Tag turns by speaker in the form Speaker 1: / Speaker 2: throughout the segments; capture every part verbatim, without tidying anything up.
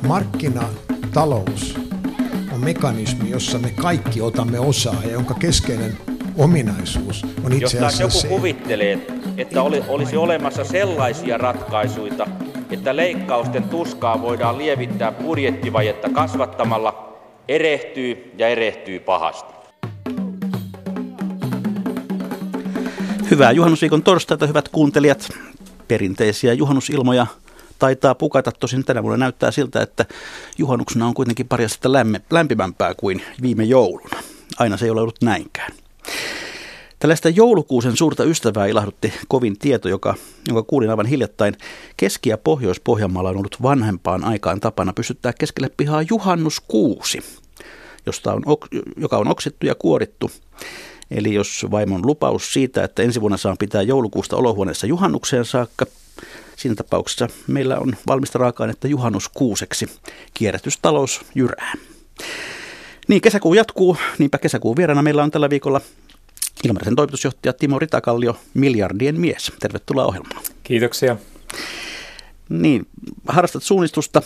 Speaker 1: Markkinatalous on mekanismi, jossa me kaikki otamme osaa ja jonka keskeinen ominaisuus on itse asiassa
Speaker 2: Jos
Speaker 1: se.
Speaker 2: joku kuvittelee, että oli, olisi olemassa sellaisia ratkaisuja, että leikkausten tuskaa voidaan lievittää budjettivajetta kasvattamalla, erehtyy ja erehtyy pahasti.
Speaker 3: Hyvää juhannusviikon torstaita, hyvät kuuntelijat. Perinteisiä juhannusilmoja taitaa pukata, tosin tänä vuonna näyttää siltä, että juhannuksena on kuitenkin pari astetta lämpimämpää kuin viime jouluna. Aina se ei ole ollut näinkään. Tällaista joulukuusen suurta ystävää ilahdutti kovin tieto, joka, jonka kuulin aivan hiljattain. Keski- ja Pohjois-Pohjanmaalla on ollut vanhempaan aikaan tapana pystyttää keskelle pihaa juhannuskuusi, josta on, joka on oksittu ja kuorittu. Eli jos vaimon lupaus siitä, että ensi vuonna saa pitää joulukuusta olohuoneessa juhannukseen saakka, siinä tapauksessa meillä on valmista raaka-ainetta juhannuskuuseksi. Kierrätystalous jyrää. Niin, kesäkuu jatkuu. Niinpä kesäkuun vieraana meillä on tällä viikolla Ilmarisen toimitusjohtaja Timo Ritakallio, miljardien mies. Tervetuloa ohjelmaan.
Speaker 4: Kiitoksia.
Speaker 3: Niin, harrastat suunnistusta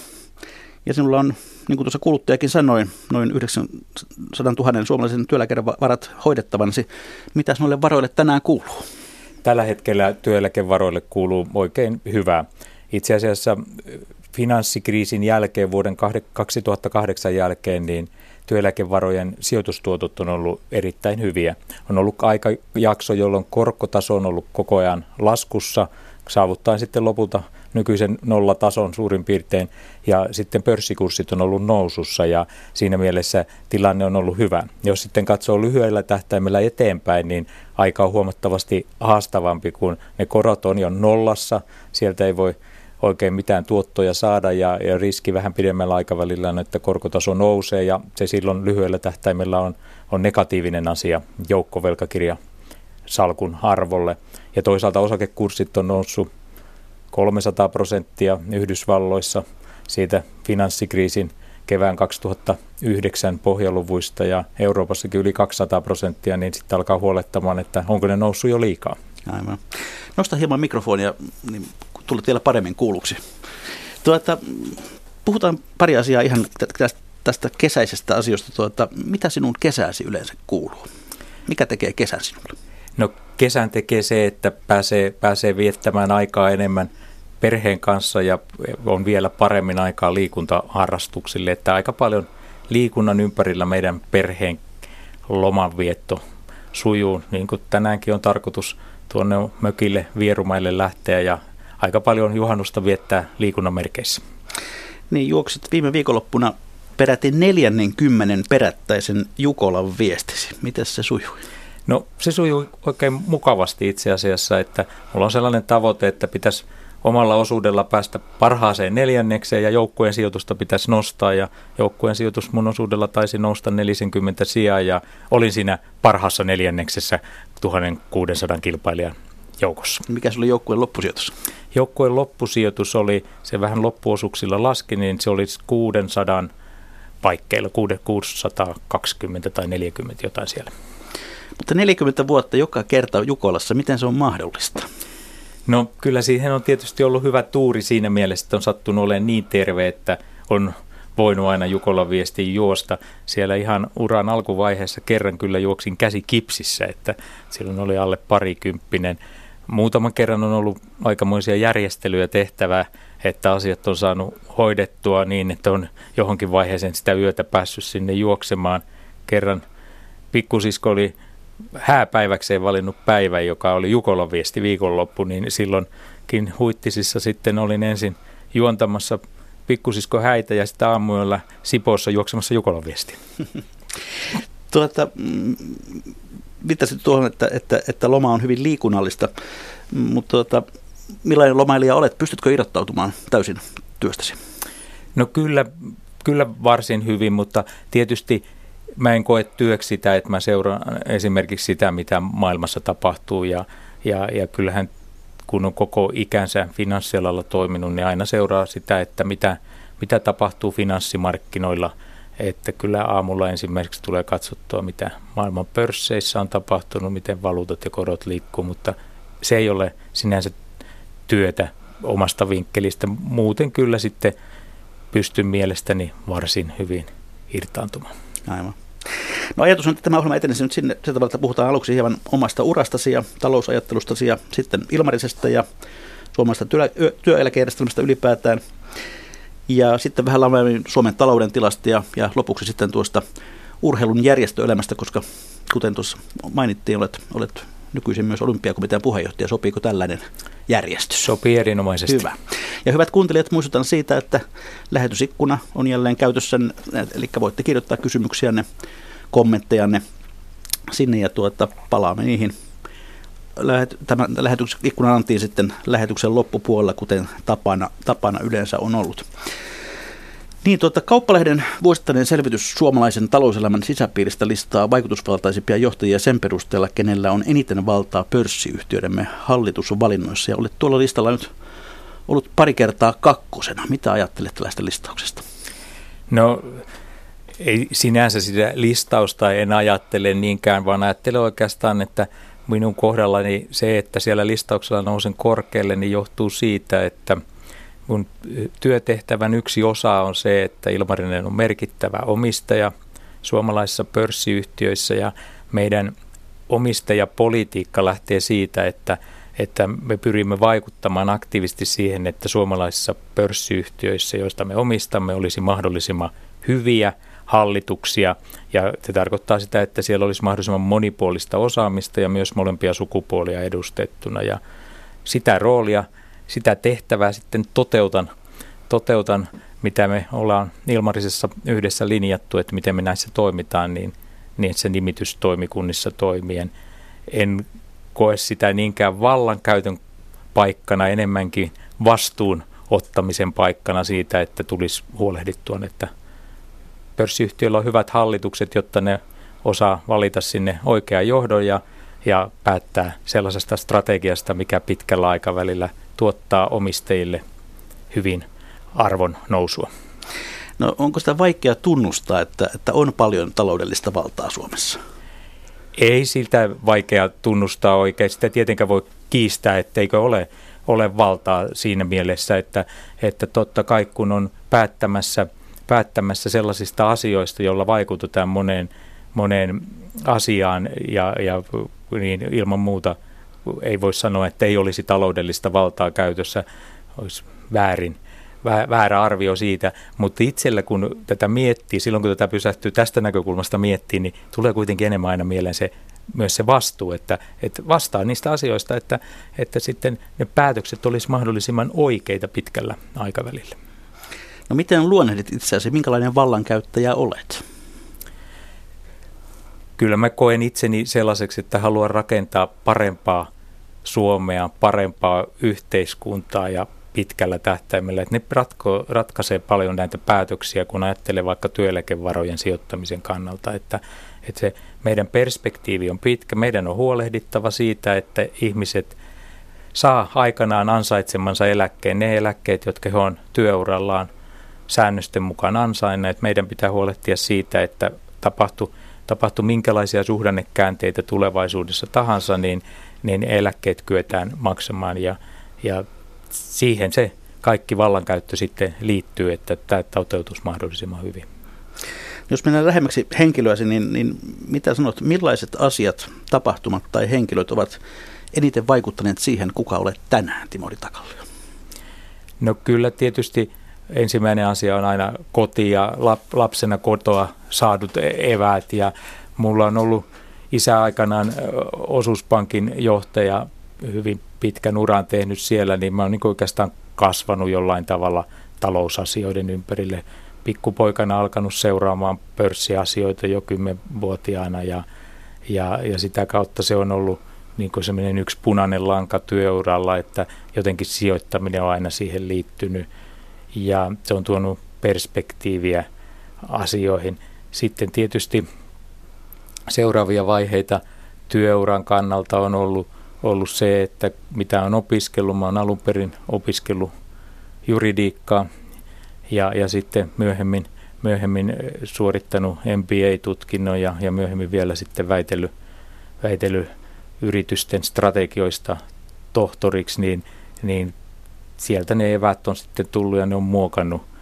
Speaker 3: ja sinulla on, niin kuin tuossa kuluttajakin sanoi, noin yhdeksänsataa suomalaisen työeläkkeiden varat hoidettavansi. Mitä noille varoille tänään kuuluu?
Speaker 4: Tällä hetkellä työeläkevaroille kuuluu oikein hyvää. Itse asiassa finanssikriisin jälkeen, vuoden kaksituhattakahdeksan jälkeen, niin työeläkevarojen sijoitustuotot on ollut erittäin hyviä. On ollut aikajakso, jolloin korkotaso on ollut koko ajan laskussa, saavuttaa sitten lopulta nykyisen nollatason suurin piirtein, ja sitten pörssikurssit on ollut nousussa, ja siinä mielessä tilanne on ollut hyvä. Jos sitten katsoo lyhyellä tähtäimellä eteenpäin, niin aika on huomattavasti haastavampi, kun ne korot on jo nollassa, sieltä ei voi oikein mitään tuottoja saada, ja, ja riski vähän pidemmällä aikavälillä on, että korkotaso nousee, ja se silloin lyhyellä tähtäimellä on, on negatiivinen asia joukkovelkakirja salkun arvolle. Ja toisaalta osakekurssit on noussut kolmesataa prosenttia Yhdysvalloissa siitä finanssikriisin kevään kaksituhattayhdeksän pohjaluvuista, ja Euroopassakin yli kaksisataa prosenttia, niin sitten alkaa huolettamaan, että onko ne noussut jo liikaa.
Speaker 3: Aivan. Nosta hieman mikrofonia, niin tulet vielä paremmin kuulluksi. Tuota, puhutaan pari asiaa ihan tästä kesäisestä asioista. Tuota, mitä sinun kesäsi yleensä kuuluu? Mikä tekee kesän sinulle?
Speaker 4: No, kesän tekee se, että pääsee, pääsee viettämään aikaa enemmän perheen kanssa ja on vielä paremmin aikaa liikuntaharrastuksille. Että aika paljon liikunnan ympärillä meidän perheen lomanvietto sujuu. Niin kuin tänäänkin on tarkoitus tuonne mökille Vierumaille lähteä ja aika paljon juhannusta viettää liikunnan merkeissä.
Speaker 3: Niin, juoksit viime viikonloppuna peräti neljäkymmentä perättäisen Jukolan viestisi. Miten se sujui?
Speaker 4: No, se sujui oikein mukavasti itse asiassa, että mulla on sellainen tavoite, että pitäisi omalla osuudella päästä parhaaseen neljännekseen ja joukkueen sijoitusta pitäisi nostaa, ja joukkueen sijoitus mun osuudella taisi nousta neljäkymmentä sijaa, ja olin siinä parhaassa neljänneksessä tuhatkuusisataa kilpailijan joukossa.
Speaker 3: Mikä se oli joukkueen loppusijoitus?
Speaker 4: Joukkueen loppusijoitus oli, se vähän loppuosuuksilla laski, niin se oli kuusisataa paikkeilla, kuusisataakaksikymmentä tai neljäkymmentä jotain siellä.
Speaker 3: Mutta neljäkymmentä vuotta joka kerta Jukolassa, miten se on mahdollista?
Speaker 4: No, kyllä siihen on tietysti ollut hyvä tuuri siinä mielessä, että on sattunut olemaan niin terve, että on voinut aina Jukolan viestiin juosta. Siellä ihan uran alkuvaiheessa kerran kyllä juoksin käsi kipsissä, että silloin oli alle parikymppinen. Muutaman kerran on ollut aikamoisia järjestelyjä tehtävää, että asiat on saanut hoidettua niin, että on johonkin vaiheeseen sitä yötä päässyt sinne juoksemaan. Kerran pikkusisko oli hääpäiväkseen valinnut päivän, joka oli Jukolan viesti viikonloppu, niin silloinkin Huittisissa sitten olin ensin juontamassa pikkusisko häitä ja sitten aamuyöllä Sipoossa juoksemassa Jukolan viestiä.
Speaker 3: Tuota, viittasit tuohon, että, että, että loma on hyvin liikunnallista, mutta tuota, millainen lomailija olet? Pystytkö irrottautumaan täysin työstäsi?
Speaker 4: No kyllä, kyllä varsin hyvin, mutta tietysti mä en koe työksi sitä, että mä seuraan esimerkiksi sitä, mitä maailmassa tapahtuu, ja, ja, ja kyllähän kun on koko ikänsä finanssialalla toiminut, niin aina seuraa sitä, että mitä, mitä tapahtuu finanssimarkkinoilla. Että kyllä aamulla ensimmäiseksi tulee katsottua, mitä maailman pörsseissä on tapahtunut, miten valuutat ja korot liikkuu, mutta se ei ole sinänsä työtä omasta vinkkelistä. Muuten kyllä sitten pystyn mielestäni varsin hyvin irtaantumaan.
Speaker 3: Aivan. No ajatus on, että tämä ohjelma etenisi nyt sinne sillä tavalla, että puhutaan aluksi hieman omasta urastasi ja talousajattelustasi ja sitten Ilmarisesta ja suomalaisesta työ, työeläkejärjestelmästä ylipäätään. Ja sitten vähän laajemmin Suomen talouden tilasta ja, ja lopuksi sitten tuosta urheilun järjestöelämästä, koska kuten tuossa mainittiin, olet, olet nykyisin myös Olympiakomitean puheenjohtaja. Sopiiko tällainen järjestys?
Speaker 4: Sopii erinomaisesti.
Speaker 3: Hyvä. Ja hyvät kuuntelijat, muistutan siitä, että lähetysikkuna on jälleen käytössä, eli voitte kirjoittaa kysymyksiänne, kommenttejanne sinne ja tuota, palaamme niihin. Tämän lähetyksen ikkunan antiin sitten lähetyksen loppupuolella, kuten tapana, tapana yleensä on ollut. Niin, tuota, Kauppalehden vuosittainen selvitys suomalaisen talouselämän sisäpiiristä listaa vaikutusvaltaisimpia johtajia sen perusteella, kenellä on eniten valtaa pörssiyhtiöidemme hallitusvalinnoissa. Ja olet tuolla listalla nyt ollut pari kertaa kakkosena. Mitä ajattelet tällaista listauksesta?
Speaker 4: No ei sinänsä sitä listausta en ajattele niinkään, vaan ajattelen oikeastaan, että minun kohdallani se, että siellä listauksella nousen korkealle, niin johtuu siitä, että mun työtehtävän yksi osa on se, että Ilmarinen on merkittävä omistaja suomalaisissa pörssiyhtiöissä ja meidän omistajapolitiikka lähtee siitä, että, että me pyrimme vaikuttamaan aktiivisesti siihen, että suomalaisissa pörssiyhtiöissä, joista me omistamme, olisi mahdollisimman hyviä hallituksia ja se tarkoittaa sitä, että siellä olisi mahdollisimman monipuolista osaamista ja myös molempia sukupuolia edustettuna ja sitä roolia, sitä tehtävää sitten toteutan, toteutan, mitä me ollaan Ilmarisessa yhdessä linjattu, että miten me näissä toimitaan, niin, niin se nimitys toimikunnissa toimien. En koe sitä niinkään vallankäytön paikkana, enemmänkin vastuun ottamisen paikkana siitä, että tulisi huolehdittua, että pörssiyhtiöillä on hyvät hallitukset, jotta ne osaa valita sinne oikean johdon ja, ja päättää sellaisesta strategiasta, mikä pitkällä aikavälillä tuottaa omistajille hyvin arvon nousua.
Speaker 3: No onko sitä vaikea tunnustaa, että, että on paljon taloudellista valtaa Suomessa?
Speaker 4: Ei siltä vaikea tunnustaa oikein. Sitä tietenkään voi kiistää, etteikö ole, ole valtaa siinä mielessä, että, että totta kai kun on päättämässä, päättämässä sellaisista asioista, joilla vaikutetaan moneen, moneen asiaan ja, ja niin ilman muuta ei voi sanoa, että ei olisi taloudellista valtaa käytössä, olisi väärin, väärä arvio siitä, mutta itsellä kun tätä miettii, silloin kun tätä pysähtyy tästä näkökulmasta miettii, niin tulee kuitenkin enemmän aina mieleen se, myös se vastuu, että, että vastaa niistä asioista, että, että sitten ne päätökset olisi mahdollisimman oikeita pitkällä aikavälillä.
Speaker 3: No miten luonnehdit itseäsi, minkälainen vallankäyttäjä olet?
Speaker 4: Kyllä mä koen itseni sellaiseksi, että haluan rakentaa parempaa Suomea, parempaa yhteiskuntaa ja pitkällä tähtäimellä. Että ne ratko, ratkaisee paljon näitä päätöksiä, kun ajattelee vaikka työeläkevarojen sijoittamisen kannalta. Että, että se meidän perspektiivi on pitkä. Meidän on huolehdittava siitä, että ihmiset saa aikanaan ansaitsemansa eläkkeen. Ne eläkkeet, jotka he on työurallaan säännösten mukaan ansainneet. Meidän pitää huolehtia siitä, että tapahtuu tapahtuu minkälaisia suhdannekäänteitä tulevaisuudessa tahansa, niin, niin eläkkeet kyetään maksamaan ja, ja siihen se kaikki vallankäyttö sitten liittyy, että tämä toteutus mahdollisimman hyvin.
Speaker 3: Jos mennään lähemmäksi henkilöäsi, niin, niin mitä sanot, millaiset asiat, tapahtumat tai henkilöt ovat eniten vaikuttaneet siihen, kuka olet tänään, Timo Ritakallio?
Speaker 4: No kyllä tietysti ensimmäinen asia on aina koti ja lapsena kotoa saadut eväät ja mulla on ollut isä aikanaan osuuspankin johtaja, hyvin pitkän uran tehnyt siellä, niin mä oon niin oikeastaan kasvanut jollain tavalla talousasioiden ympärille. Pikkupoikana alkanut seuraamaan pörssiasioita jo kymmenvuotiaana ja, ja, ja sitä kautta se on ollut niin kuin semmoinen yksi punainen lanka työuralla, että jotenkin sijoittaminen on aina siihen liittynyt. Ja se on tuonut perspektiiviä asioihin. Sitten tietysti seuraavia vaiheita työuran kannalta on ollut, ollut se, että mitä on opiskellut. Mä oon alun perin opiskellut juridiikkaa ja, ja sitten myöhemmin, myöhemmin suorittanut M B A-tutkinnon ja, ja myöhemmin vielä sitten väitellyt, väitellyt yritysten strategioista tohtoriksi, niin, niin sieltä ne eväät on sitten tullut ja ne on muokannut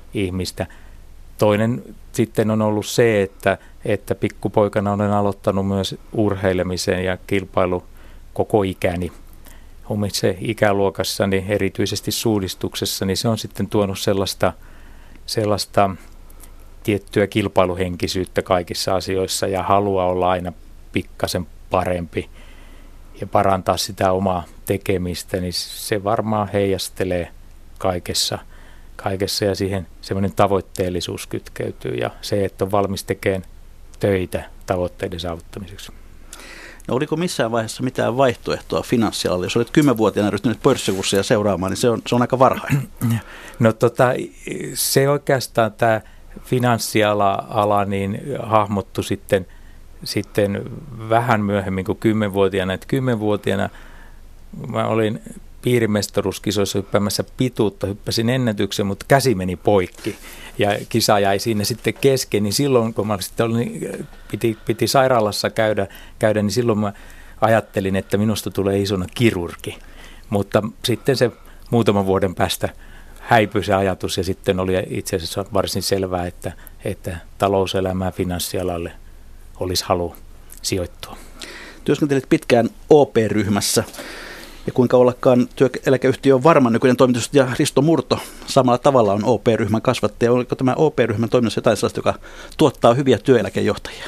Speaker 4: ihmistä. Toinen sitten on ollut se, että, että pikkupoikana olen aloittanut myös urheilemisen ja kilpailu koko ikäni. Omissa ikäluokassani, erityisesti suunnistuksessa, niin se on sitten tuonut sellaista, sellaista tiettyä kilpailuhenkisyyttä kaikissa asioissa ja halua olla aina pikkasen parempi ja parantaa sitä omaa tekemistä, niin se varmaan heijastelee kaikessa, kaikessa ja siihen semmoinen tavoitteellisuus kytkeytyy ja se, että on valmis tekemään töitä tavoitteiden saavuttamiseksi.
Speaker 3: No oliko missään vaiheessa mitään vaihtoehtoa finanssialalle? Jos olet kymmenvuotiaana ryhtynyt pörssikursseja seuraamaan, niin se on, se on aika varhain.
Speaker 4: No tota, se oikeastaan tämä finanssiala ala niin hahmottu sitten, sitten vähän myöhemmin kuin kymmenvuotiaana. Että kymmenvuotiaana mä olin piirimestaruuskisoissa hyppäämässä pituutta, hyppäsin ennätyksen, mutta käsi meni poikki ja kisa jäi siinä sitten kesken, niin silloin kun mä sitten olin, piti, piti sairaalassa käydä, käydä, niin silloin mä ajattelin, että minusta tulee isona kirurgi, mutta sitten se muutaman vuoden päästä häipyi se ajatus ja sitten oli itse asiassa varsin selvää, että, että talouselämään finanssialalle olisi halu sijoittua.
Speaker 3: Työskentelit pitkään O P-ryhmässä. Ja kuinka ollakaan työeläkeyhtiö on varma nykyinen toimitusjohtaja Risto Murto samalla tavalla on O P-ryhmän kasvattaja. Oliko tämä O P-ryhmän toiminnassa jotain sellaista, joka tuottaa hyviä työeläkejohtajia?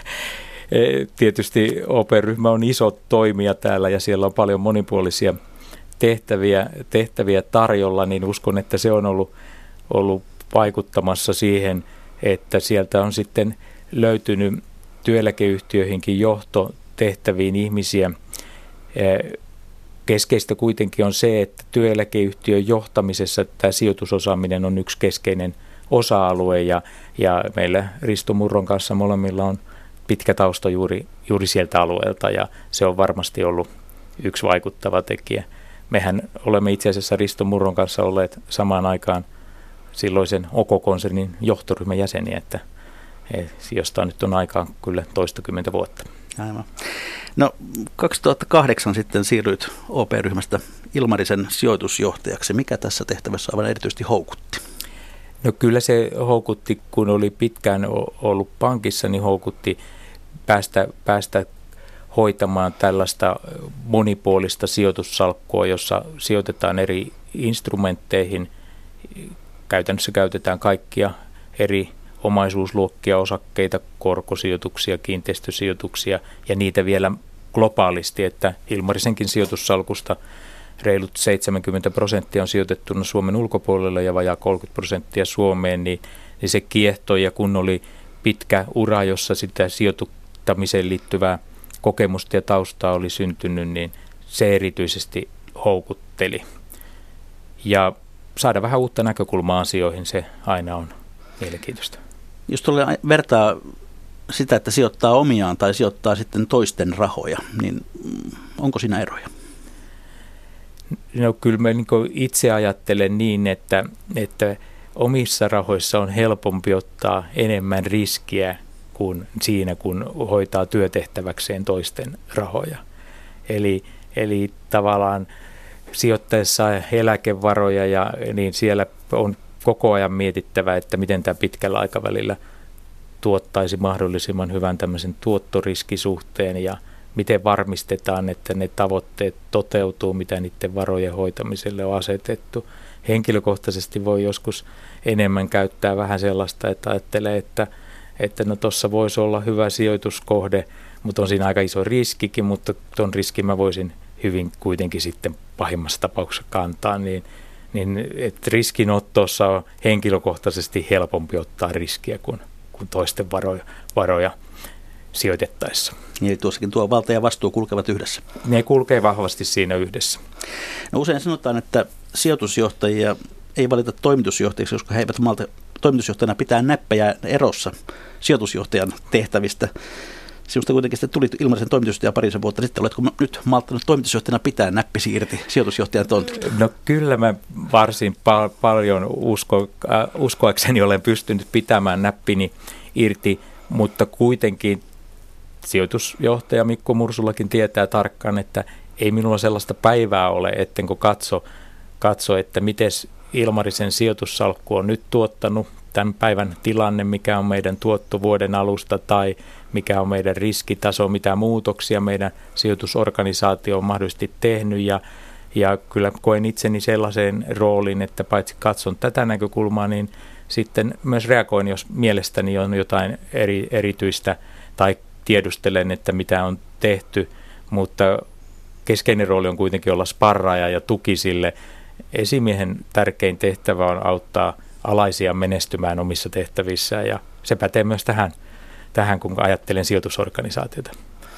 Speaker 4: Tietysti O P-ryhmä on iso toimija täällä ja siellä on paljon monipuolisia tehtäviä, tehtäviä tarjolla, niin uskon, että se on ollut, ollut vaikuttamassa siihen, että sieltä on sitten löytynyt työeläkeyhtiöihinkin johtotehtäviin ihmisiä. Keskeistä kuitenkin on se, että työeläkeyhtiön johtamisessa tämä sijoitusosaaminen on yksi keskeinen osa-alue ja, ja meillä Risto Murron kanssa molemmilla on pitkä tausta juuri, juuri sieltä alueelta ja se on varmasti ollut yksi vaikuttava tekijä. Mehän olemme itse asiassa Risto Murron kanssa olleet samaan aikaan silloisen O K -konsernin johtoryhmän jäseniä, että josta nyt on aikaa kyllä toistakymmentä vuotta.
Speaker 3: Aivan. No kaksituhattakahdeksan sitten siirryit O P-ryhmästä Ilmarisen sijoitusjohtajaksi. Mikä tässä tehtävässä aivan erityisesti houkutti?
Speaker 4: No kyllä se houkutti, kun oli pitkään ollut pankissa, niin houkutti päästä, päästä hoitamaan tällaista monipuolista sijoitussalkkua, jossa sijoitetaan eri instrumentteihin. Käytännössä käytetään kaikkia eri omaisuusluokkia, osakkeita, korkosijoituksia, kiinteistösijoituksia ja niitä vielä globaalisti, että Ilmarisenkin sijoitussalkusta reilut seitsemänkymmentä prosenttia on sijoitettuna Suomen ulkopuolelle ja vajaa kolmekymmentä prosenttia Suomeen, niin, niin se kiehtoi ja kun oli pitkä ura, jossa sitä sijoittamiseen liittyvää kokemusta ja taustaa oli syntynyt, niin se erityisesti houkutteli. Ja saada vähän uutta näkökulmaa asioihin, se aina on mielenkiintoista.
Speaker 3: Jos tuolla vertaa sitä, että sijoittaa omiaan tai sijoittaa sitten toisten rahoja, niin onko siinä eroja?
Speaker 4: No kyllä mä niin itse ajattelen niin, että, että omissa rahoissa on helpompi ottaa enemmän riskiä kuin siinä, kun hoitaa työtehtäväkseen toisten rahoja. Eli, eli tavallaan sijoittaessa eläkevaroja, ja, niin siellä on koko ajan mietittävä, että miten tämä pitkällä aikavälillä tuottaisi mahdollisimman hyvän tämmöisen tuottoriskisuhteen ja miten varmistetaan, että ne tavoitteet toteutuu, mitä niiden varojen hoitamiselle on asetettu. Henkilökohtaisesti voi joskus enemmän käyttää vähän sellaista, että ajattelee, että, että no tuossa voisi olla hyvä sijoituskohde, mutta on siinä aika iso riskikin, mutta tuon riskin mä voisin hyvin kuitenkin sitten pahimmassa tapauksessa kantaa, niin, niin että riskinotossa on henkilökohtaisesti helpompi ottaa riskiä kuin, kuin toisten varoja, varoja sijoitettaessa.
Speaker 3: Eli tuossakin tuo valta ja vastuu kulkevat yhdessä.
Speaker 4: Ne kulkee vahvasti siinä yhdessä.
Speaker 3: No usein sanotaan, että sijoitusjohtajia ei valita toimitusjohtajiksi, koska he eivät malta toimitusjohtajana pitää näppejä erossa sijoitusjohtajan tehtävistä. Sinusta kuitenkin sitten tuli Ilmarisen toimitusjohtaja parisen vuotta sitten. Oletko nyt malttanut toimitusjohtajana pitää näppisi irti sijoitusjohtajan tontilta?
Speaker 4: No kyllä mä varsin pal- paljon usko, äh, uskoakseni olen pystynyt pitämään näppini irti, mutta kuitenkin sijoitusjohtaja Mikko Mursulakin tietää tarkkaan, että ei minulla sellaista päivää ole, ettenkö katso, katso että miten Ilmarisen sijoitussalkku on nyt tuottanut, tämän päivän tilanne, mikä on meidän tuotto vuoden alusta tai mikä on meidän riskitaso, mitä muutoksia meidän sijoitusorganisaatio on mahdollisesti tehnyt ja, ja kyllä koen itseni sellaiseen rooliin, että paitsi katson tätä näkökulmaa, niin sitten myös reagoin, jos mielestäni on jotain eri, erityistä tai tiedustelen, että mitä on tehty, mutta keskeinen rooli on kuitenkin olla sparraaja ja tuki sille. Esimiehen tärkein tehtävä on auttaa alaisia menestymään omissa tehtävissään ja se pätee myös tähän, tähän kun ajattelen sijoitusorganisaatiota.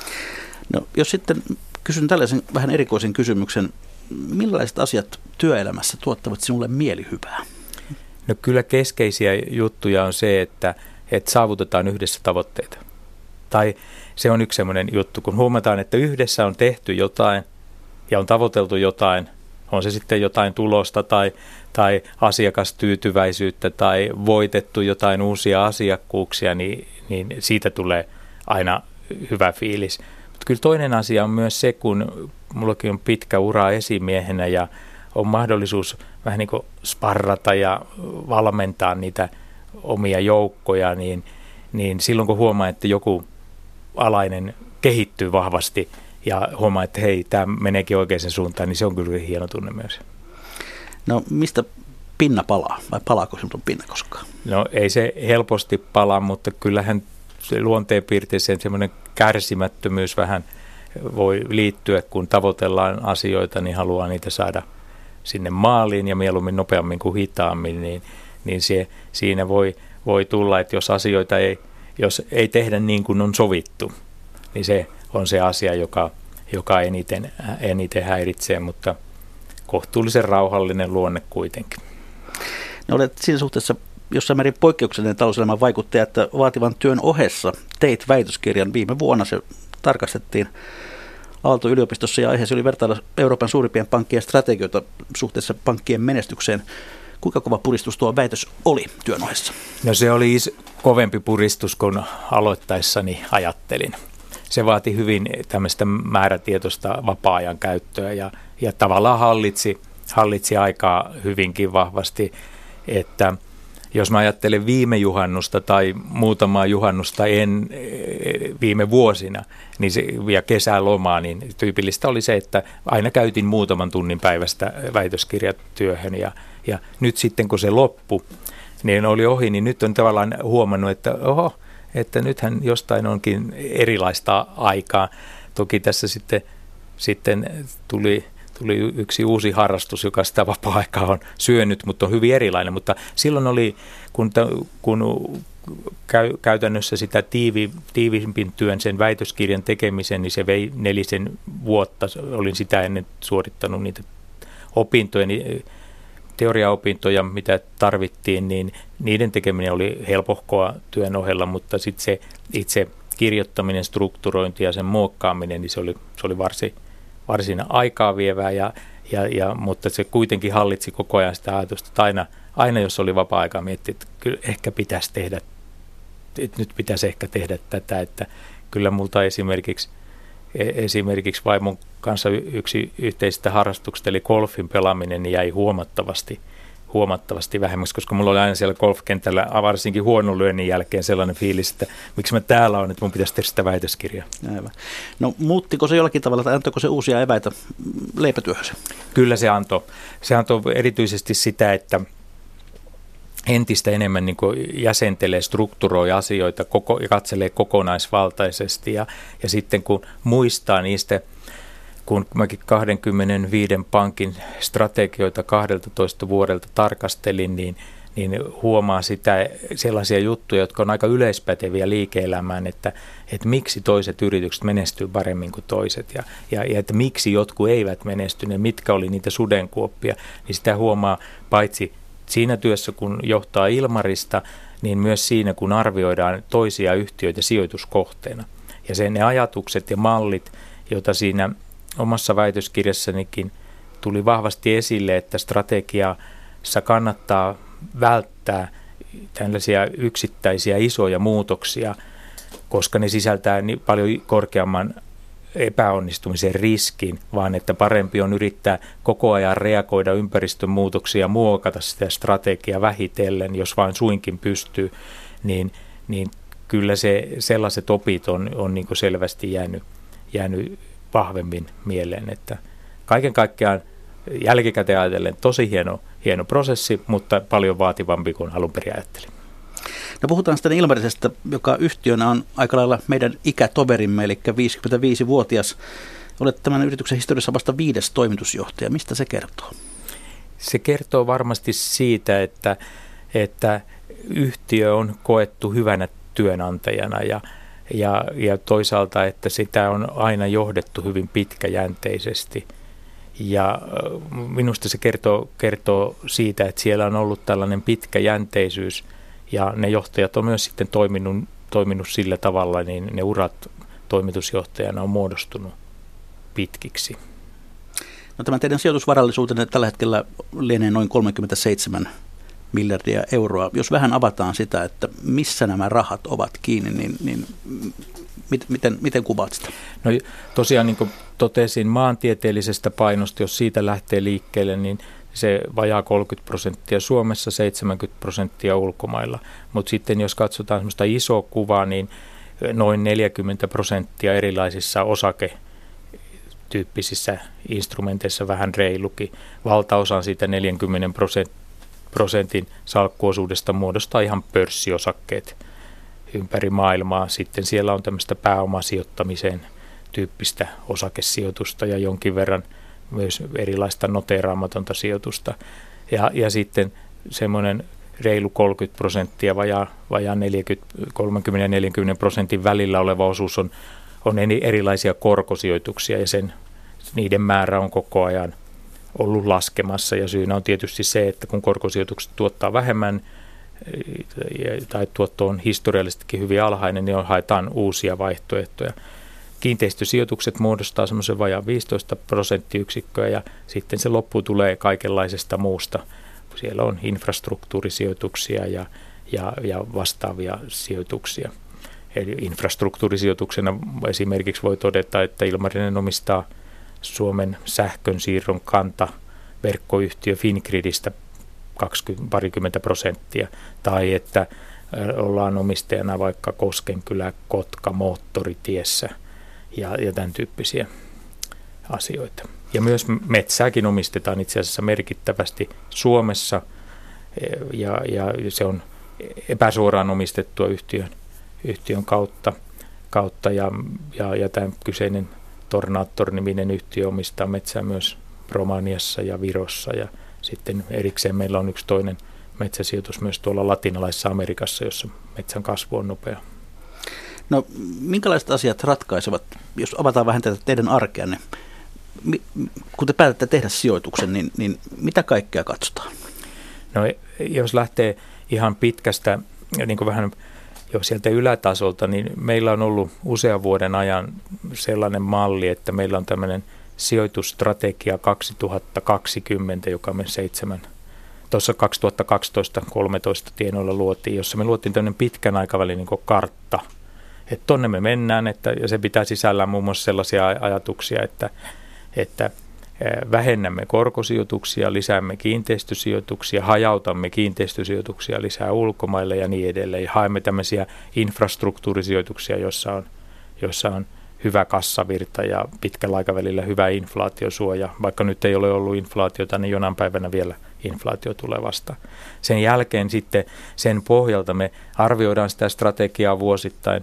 Speaker 3: No, jos sitten kysyn tällaisen vähän erikoisen kysymyksen, millaiset asiat työelämässä tuottavat sinulle mielihyvää?
Speaker 4: No kyllä keskeisiä juttuja on se, että, että saavutetaan yhdessä tavoitteita. Tai se on yksi sellainen juttu, kun huomataan, että yhdessä on tehty jotain ja on tavoiteltu jotain, on se sitten jotain tulosta tai, tai asiakastyytyväisyyttä tai voitettu jotain uusia asiakkuuksia, niin, niin siitä tulee aina hyvä fiilis. Mutta kyllä toinen asia on myös se, kun mullakin on pitkä ura esimiehenä ja on mahdollisuus vähän niin kuin sparrata ja valmentaa niitä omia joukkoja, niin, niin silloin kun huomaa, että joku alainen kehittyy vahvasti ja huomaa, että hei, tämä meneekin oikeaan suuntaan, niin se on kyllä hieno tunne myös.
Speaker 3: No mistä pinna palaa vai palaako sinun pinna koskaan?
Speaker 4: No ei se helposti palaa, mutta kyllähän se luonteenpiirteeseen semmoinen kärsimättömyys vähän voi liittyä, kun tavoitellaan asioita, niin haluaa niitä saada sinne maaliin ja mieluummin nopeammin kuin hitaammin, niin, niin se, siinä voi, voi tulla, että jos asioita ei, jos ei tehdä niin kuin on sovittu, niin se on se asia, joka, joka eniten, eniten häiritsee, mutta kohtuullisen rauhallinen luonne kuitenkin.
Speaker 3: No, olet siinä suhteessa jossain määrin poikkeuksellinen talouselämän vaikuttaja, että vaativan työn ohessa teit väitöskirjan viime vuonna. Se tarkastettiin Aalto-yliopistossa ja aiheessa oli vertailla Euroopan suurimpien pankkien strategioita suhteessa pankkien menestykseen. Kuinka kova puristus tuo väitös oli työn ohessa?
Speaker 4: No se oli kovempi puristus kuin aloittaessani ajattelin. Se vaati hyvin tämmöistä määrätietoista vapaa-ajan käyttöä ja, ja tavallaan hallitsi, hallitsi aikaa hyvinkin vahvasti, että jos mä ajattelen viime juhannusta tai muutamaa juhannusta en viime vuosina niin se, ja kesälomaa, niin tyypillistä oli se, että aina käytin muutaman tunnin päivästä väitöskirjatyöhön ja, ja nyt sitten kun se loppui, niin oli ohi, niin nyt on tavallaan huomannut, että oho, että nythän jostain onkin erilaista aikaa. Toki tässä sitten, sitten tuli... Tuli yksi uusi harrastus, joka sitä vapaa-aikaa on syönyt, mutta on hyvin erilainen. Mutta silloin oli, kun, kun käy, käytännössä sitä tiivi, tiiviimpin työn, sen väitöskirjan tekemisen, niin se vei nelisen vuotta. Olin sitä ennen suorittanut niitä opintoja, teoriaopintoja, mitä tarvittiin, niin niiden tekeminen oli helpohkoa työn ohella, mutta sitten se itse kirjoittaminen, strukturointi ja sen muokkaaminen, niin se oli, se oli varsin... varsin aikaa vievää, ja, ja, ja, mutta se kuitenkin hallitsi koko ajan sitä ajatusta, että aina, aina jos oli vapaa-aikaa, miettii, että kyllä ehkä pitäisi tehdä, että nyt pitäisi ehkä tehdä tätä, että kyllä multa esimerkiksi, esimerkiksi vaimon kanssa yksi yhteisistä harrastuksista, eli golfin pelaaminen, niin jäi huomattavasti, huomattavasti vähemmäksi, koska mulla oli aina siellä golfkentällä, varsinkin huonon lyönnin jälkeen sellainen fiilis, että miksi mä täällä on, että mun pitäisi tehdä sitä väitöskirjaa.
Speaker 3: Aivan. No muuttiko se jollakin tavalla tai antoiko se uusia eväitä leipätyöhönsä?
Speaker 4: Kyllä se antoi. Se antoi erityisesti sitä, että entistä enemmän niin kuin jäsentelee, strukturoi asioita koko, ja katselee kokonaisvaltaisesti ja, ja sitten kun muistaa niistä, kun mäkin kaksikymmentäviisi pankin strategioita kahdeltatoista vuodelta tarkastelin, niin, niin huomaa sitä sellaisia juttuja, jotka on aika yleispäteviä liike-elämään, että, että miksi toiset yritykset menestyy paremmin kuin toiset ja, ja, ja että miksi jotkut eivät menestyneet, mitkä oli niitä sudenkuoppia, niin sitä huomaa paitsi siinä työssä, kun johtaa Ilmarista, niin myös siinä, kun arvioidaan toisia yhtiöitä sijoituskohteena. Ja sen ne ajatukset ja mallit, joita siinä omassa väitöskirjassanikin tuli vahvasti esille, että strategiassa kannattaa välttää tällaisia yksittäisiä isoja muutoksia, koska ne sisältää niin paljon korkeamman epäonnistumisen riskin, vaan että parempi on yrittää koko ajan reagoida ympäristön muutoksia ja muokata sitä strategiaa vähitellen, jos vain suinkin pystyy, niin, niin kyllä se, sellaiset opit on, on niin kuin selvästi jäänyt, jäänyt vahvemmin mieleen, että kaiken kaikkiaan jälkikäteen ajatellen tosi hieno, hieno prosessi, mutta paljon vaativampi kuin alun perin ajattelin.
Speaker 3: No puhutaan sitten Ilmarisesta, joka yhtiönä on aika lailla meidän ikätoverimme, eli viisikymmentäviisivuotias. Olet tämän yrityksen historiassa vasta viides toimitusjohtaja. Mistä se kertoo?
Speaker 4: Se kertoo varmasti siitä, että, että yhtiö on koettu hyvänä työnantajana ja, ja, ja toisaalta, että sitä on aina johdettu hyvin pitkäjänteisesti. Ja minusta se kertoo, kertoo siitä, että siellä on ollut tällainen pitkäjänteisyys ja ne johtajat on myös sitten toiminut, toiminut sillä tavalla, niin ne urat toimitusjohtajana on muodostunut pitkiksi.
Speaker 3: No, tämä teidän sijoitusvarallisuutenne tällä hetkellä lienee noin kolmekymmentäseitsemän miljardia euroa. Jos vähän avataan sitä, että missä nämä rahat ovat kiinni, niin, niin mit, miten, miten kuvaat sitä?
Speaker 4: No tosiaan niin kuin totesin maantieteellisestä painosta, jos siitä lähtee liikkeelle, niin se vajaa kolmekymmentä prosenttia Suomessa, seitsemänkymmentä prosenttia ulkomailla. Mutta sitten jos katsotaan semmoista isoa kuvaa, niin noin neljäkymmentä prosenttia erilaisissa osaketyyppisissä instrumenteissa, vähän reilukin. Valtaosan siitä neljänkymmenen prosentin salkkuosuudesta muodostaa ihan pörssiosakkeet ympäri maailmaa. Sitten siellä on tämmöistä pääomasijoittamiseen tyyppistä osakesijoitusta ja jonkin verran myös erilaista noteeraamatonta sijoitusta. Ja, ja sitten semmoinen reilu kolmekymmentä prosenttia, vajaa, vajaa kolmekymmentä ja neljäkymmentä prosentin välillä oleva osuus on, on erilaisia korkosijoituksia ja sen, niiden määrä on koko ajan ollut laskemassa. Ja syynä on tietysti se, että kun korkosijoitukset tuottaa vähemmän tai tuotto on historiallisestikin hyvin alhainen, niin haetaan uusia vaihtoehtoja. Kiinteistösijoitukset muodostaa semmoisen vajaan viisitoista prosenttiyksikköä ja sitten se loppu tulee kaikenlaisesta muusta. Siellä on infrastruktuurisijoituksia ja, ja, ja vastaavia sijoituksia. Eli infrastruktuurisijoituksena esimerkiksi voi todeta, että Ilmarinen omistaa Suomen sähkön siirron kanta verkkoyhtiö Fingridistä kaksikymmentä, parikymmentä prosenttia, tai että ollaan omistajana vaikka Koskenkylä, Kotka, moottoritiessä ja, ja tämän tyyppisiä asioita. Ja myös metsääkin omistetaan itse asiassa merkittävästi Suomessa, ja, ja se on epäsuoraan omistettua yhtiön, yhtiön kautta, kautta ja, ja, ja tämä kyseinen Tornator-niminen yhtiö omistaa metsää myös Romaniassa ja Virossa, ja sitten erikseen meillä on yksi toinen metsäsijoitus myös tuolla latinalaisessa Amerikassa, jossa metsän kasvu on nopea.
Speaker 3: No, minkälaiset asiat ratkaisevat, jos avataan vähän tätä teidän arkeanne, kun te päätätte tehdä sijoituksen, niin, niin mitä kaikkea katsotaan?
Speaker 4: No, jos lähtee ihan pitkästä, niin kuin vähän jo sieltä ylätasolta, niin meillä on ollut usean vuoden ajan sellainen malli, että meillä on tämmöinen sijoitusstrategia kaksituhattakaksikymmentä, joka me seitsemän, tuossa kaksituhattakaksitoista kolmetoista tienoilla luotiin, jossa me luotiin tämmöinen pitkän aikavälin niin kuin kartta, että tonne me mennään, että, ja se pitää sisällään muun muassa sellaisia ajatuksia, että, että vähennämme korkosijoituksia, lisäämme kiinteistösijoituksia, hajautamme kiinteistösijoituksia lisää ulkomaille ja niin edelleen. Ja haemme tämmöisiä infrastruktuurisijoituksia, joissa on, joissa on hyvä kassavirta ja pitkällä aikavälillä hyvä inflaatiosuoja. Vaikka nyt ei ole ollut inflaatiota, niin jonain päivänä vielä inflaatio tulee vastaan. Sen jälkeen sitten sen pohjalta me arvioidaan sitä strategiaa vuosittain.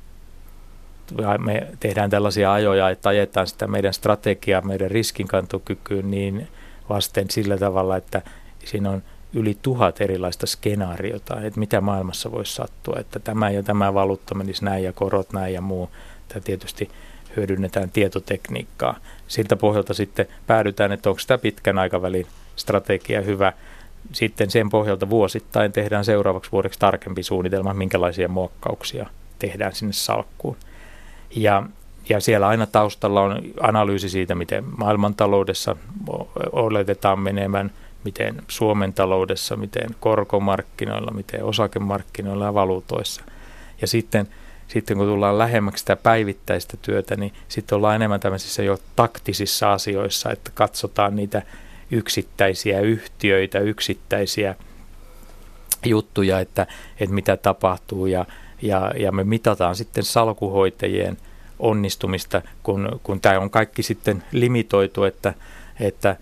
Speaker 4: Me tehdään tällaisia ajoja, että ajetaan sitä meidän strategiaa, meidän riskinkantokykyyn niin vasten sillä tavalla, että siinä on yli tuhat erilaista skenaariota, että mitä maailmassa voisi sattua, että tämä ja tämä valuutta menisi näin ja korot näin ja muu. Tämä tietysti hyödynnetään tietotekniikkaa. Siltä pohjalta sitten päädytään, että onko tämä pitkän aikavälin strategia hyvä. Sitten sen pohjalta vuosittain tehdään seuraavaksi vuodeksi tarkempi suunnitelma, minkälaisia muokkauksia tehdään sinne salkkuun. Ja, ja siellä aina taustalla on analyysi siitä, miten maailmantaloudessa oletetaan menemään, miten Suomen taloudessa, miten korkomarkkinoilla, miten osakemarkkinoilla ja valuutoissa. Ja sitten sitten kun tullaan lähemmäksi sitä päivittäistä työtä, niin sitten ollaan enemmän tämmöisissä jo taktisissa asioissa, että katsotaan niitä yksittäisiä yhtiöitä, yksittäisiä juttuja, että, että mitä tapahtuu ja, ja, ja me mitataan sitten salkuhoitajien onnistumista, kun, kun tämä on kaikki sitten limitoitu, että, että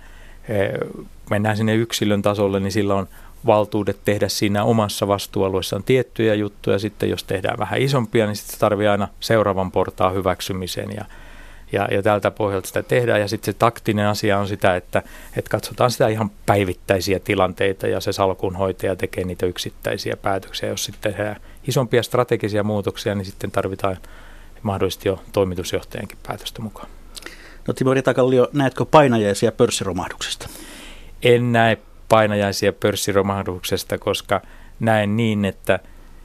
Speaker 4: mennään sinne yksilön tasolle, niin sillä on valtuudet tehdä siinä omassa vastuualueessaan tiettyjä juttuja. Sitten jos tehdään vähän isompia, niin sitten tarvitsee aina seuraavan portaan hyväksymisen ja, ja, ja tältä pohjalta sitä tehdään. Ja sitten se taktinen asia on sitä, että, että katsotaan sitä ihan päivittäisiä tilanteita ja se salkunhoitaja tekee niitä yksittäisiä päätöksiä. Jos sitten tehdään isompia strategisia muutoksia, niin sitten tarvitaan mahdollisesti jo toimitusjohtajankin päätöstä mukaan.
Speaker 3: No Timo Ritakallio, näetkö painajaisia pörssiromahduksesta?
Speaker 4: En näe painajaisia pörssiromahduksesta, koska näen niin, että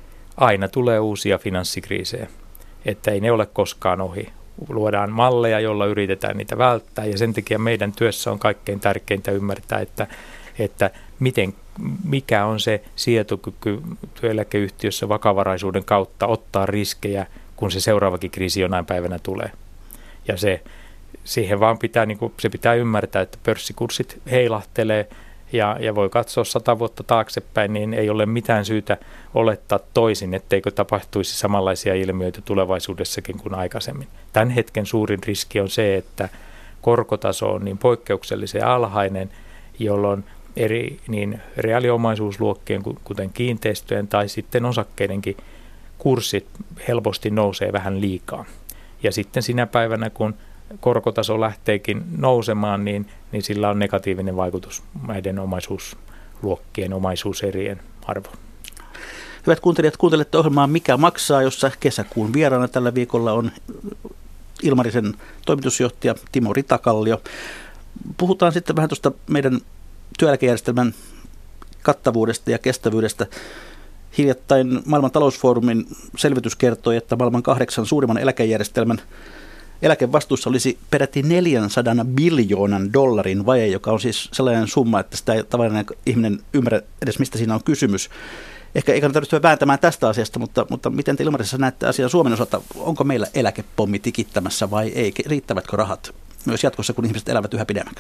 Speaker 4: aina tulee uusia finanssikriisejä, että ei ne ole koskaan ohi. Luodaan malleja, joilla yritetään niitä välttää ja sen takia meidän työssä on kaikkein tärkeintä ymmärtää, että, että miten, mikä on se sietokyky työeläkeyhtiössä vakavaraisuuden kautta ottaa riskejä, kun se seuraavakin kriisi jonain päivänä tulee. Ja se, siihen vaan pitää, niin kuin, se pitää ymmärtää, että pörssikurssit heilahtelee ja, ja voi katsoa sata vuotta taaksepäin, niin ei ole mitään syytä olettaa toisin, etteikö tapahtuisi samanlaisia ilmiöitä tulevaisuudessakin kuin aikaisemmin. Tämän hetken suurin riski on se, että korkotaso on niin poikkeuksellisen alhainen, jolloin eri niin reaaliomaisuusluokkien, kuten kiinteistöjen tai sitten osakkeidenkin kurssit helposti nousee vähän liikaa. Ja sitten sinä päivänä, kun korkotaso lähteekin nousemaan, niin, niin sillä on negatiivinen vaikutus näiden omaisuusluokkien, omaisuuserien arvoon.
Speaker 3: Hyvät kuuntelijat, kuuntelette ohjelmaa Mikä maksaa, jossa kesäkuun vieraana tällä viikolla on Ilmarisen toimitusjohtaja Timo Ritakallio. Puhutaan sitten vähän tuosta meidän työeläkejärjestelmän kattavuudesta ja kestävyydestä. Hiljattain maailman talousfoorumin selvitys kertoi, että maailman kahdeksan suurimman eläkejärjestelmän eläkevastuussa olisi peräti neljänsadan biljoonan dollarin vaje, joka on siis sellainen summa, että sitä ei tavallinen ihminen ymmärrä edes, mistä siinä on kysymys. Ehkä ei kannata ryhtyä vääntämään tästä asiasta, mutta, mutta miten te Ilmarisessa näette asian Suomen osalta? Onko meillä eläkepommi tikittämässä vai ei? Riittävätkö rahat myös jatkossa, kun ihmiset elävät yhä pidemmän?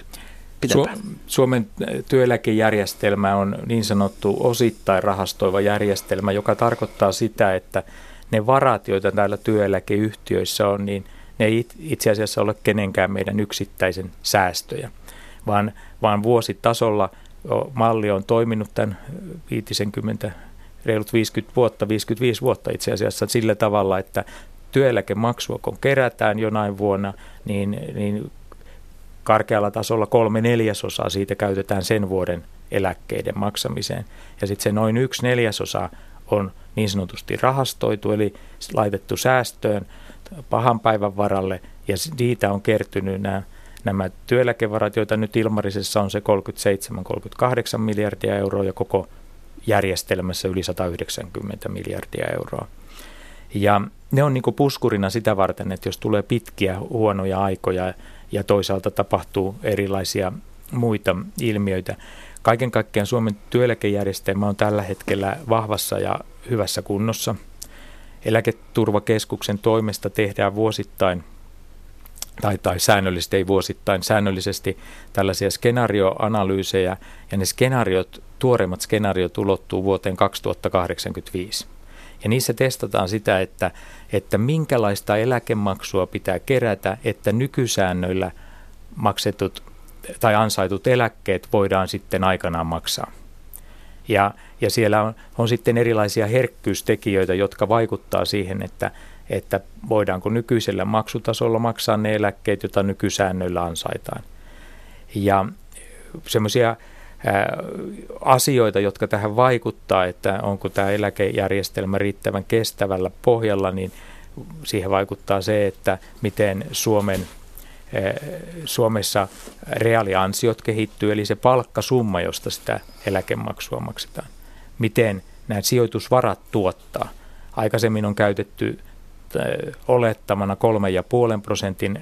Speaker 4: Suomen työeläkejärjestelmä on niin sanottu osittain rahastoiva järjestelmä, joka tarkoittaa sitä, että ne varat, joita täällä työeläkeyhtiöissä on, niin ne ei itse asiassa ole kenenkään meidän yksittäisen säästöjä, vaan, vaan vuositasolla malli on toiminut tämän viisikymmentä, reilut viisikymmentä vuotta, viisikymmentäviisi vuotta itse asiassa sillä tavalla, että työeläkemaksua kun kerätään jonain vuonna, niin, niin karkealla tasolla kolme neljäsosaa siitä käytetään sen vuoden eläkkeiden maksamiseen. Ja sitten se noin yksi neljäsosa on niin sanotusti rahastoitu, eli laitettu säästöön pahan päivän varalle, ja siitä on kertynyt nämä, nämä työeläkevarat, joita nyt Ilmarisessa on se kolmekymmentäseitsemän kolmekymmentäkahdeksan miljardia euroa, ja koko järjestelmässä yli sata yhdeksänkymmentä miljardia euroa. Ja ne on niin kuin puskurina sitä varten, että jos tulee pitkiä huonoja aikoja, ja toisaalta tapahtuu erilaisia muita ilmiöitä. Kaiken kaikkiaan Suomen työeläkejärjestelmä on tällä hetkellä vahvassa ja hyvässä kunnossa. Eläketurvakeskuksen toimesta tehdään vuosittain, tai, tai säännöllisesti, ei vuosittain, säännöllisesti tällaisia skenaarioanalyysejä, ja ne skenaariot, tuoreimmat skenaariot ulottuu vuoteen kaksituhattakahdeksankymmentäviisi. Ja niissä testataan sitä, että, että minkälaista eläkemaksua pitää kerätä, että nykysäännöillä maksetut tai ansaitut eläkkeet voidaan sitten aikanaan maksaa. Ja, ja siellä on, on sitten erilaisia herkkyystekijöitä, jotka vaikuttaa siihen, että, että voidaanko nykyisellä maksutasolla maksaa ne eläkkeet, joita nykysäännöillä ansaitaan. Ja semmoisia asioita, jotka tähän vaikuttaa, että onko tämä eläkejärjestelmä riittävän kestävällä pohjalla, niin siihen vaikuttaa se, että miten Suomen, Suomessa reaaliansiot kehittyy, eli se palkkasumma, josta sitä eläkemaksua maksetaan. Miten nämä sijoitusvarat tuottaa. Aikaisemmin on käytetty olettamana kolme pilkku viisi prosentin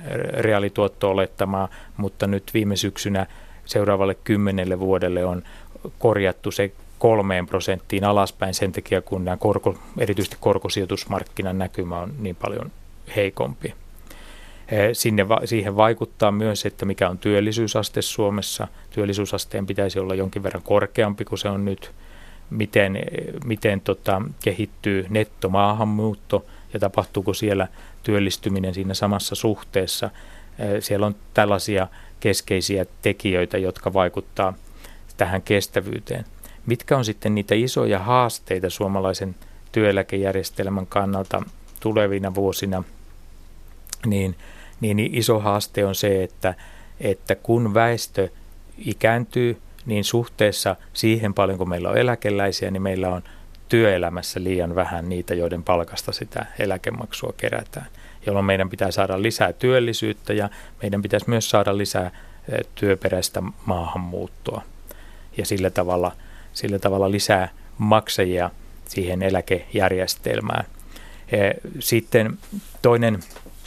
Speaker 4: reaalituotto-olettamaa, mutta nyt viime syksynä seuraavalle kymmenelle vuodelle on korjattu se kolmeen prosenttiin alaspäin sen takia, kun nämä korko, erityisesti korkosijoitusmarkkinan näkymä on niin paljon heikompi. Sinne, siihen vaikuttaa myös, että mikä on työllisyysaste Suomessa. Työllisyysasteen pitäisi olla jonkin verran korkeampi kuin se on nyt. Miten, miten tota, kehittyy nettomaahanmuutto ja tapahtuuko siellä työllistyminen siinä samassa suhteessa. Siellä on tällaisia keskeisiä tekijöitä, jotka vaikuttaa tähän kestävyyteen. Mitkä on sitten niitä isoja haasteita suomalaisen työeläkejärjestelmän kannalta tulevina vuosina? Niin, niin iso haaste on se, että, että kun väestö ikääntyy, niin suhteessa siihen paljon, kun meillä on eläkeläisiä, niin meillä on työelämässä liian vähän niitä, joiden palkasta sitä eläkemaksua kerätään, jolloin meidän pitää saada lisää työllisyyttä ja meidän pitäisi myös saada lisää työperäistä maahanmuuttoa ja sillä tavalla, sillä tavalla lisää maksajia siihen eläkejärjestelmään. Sitten toinen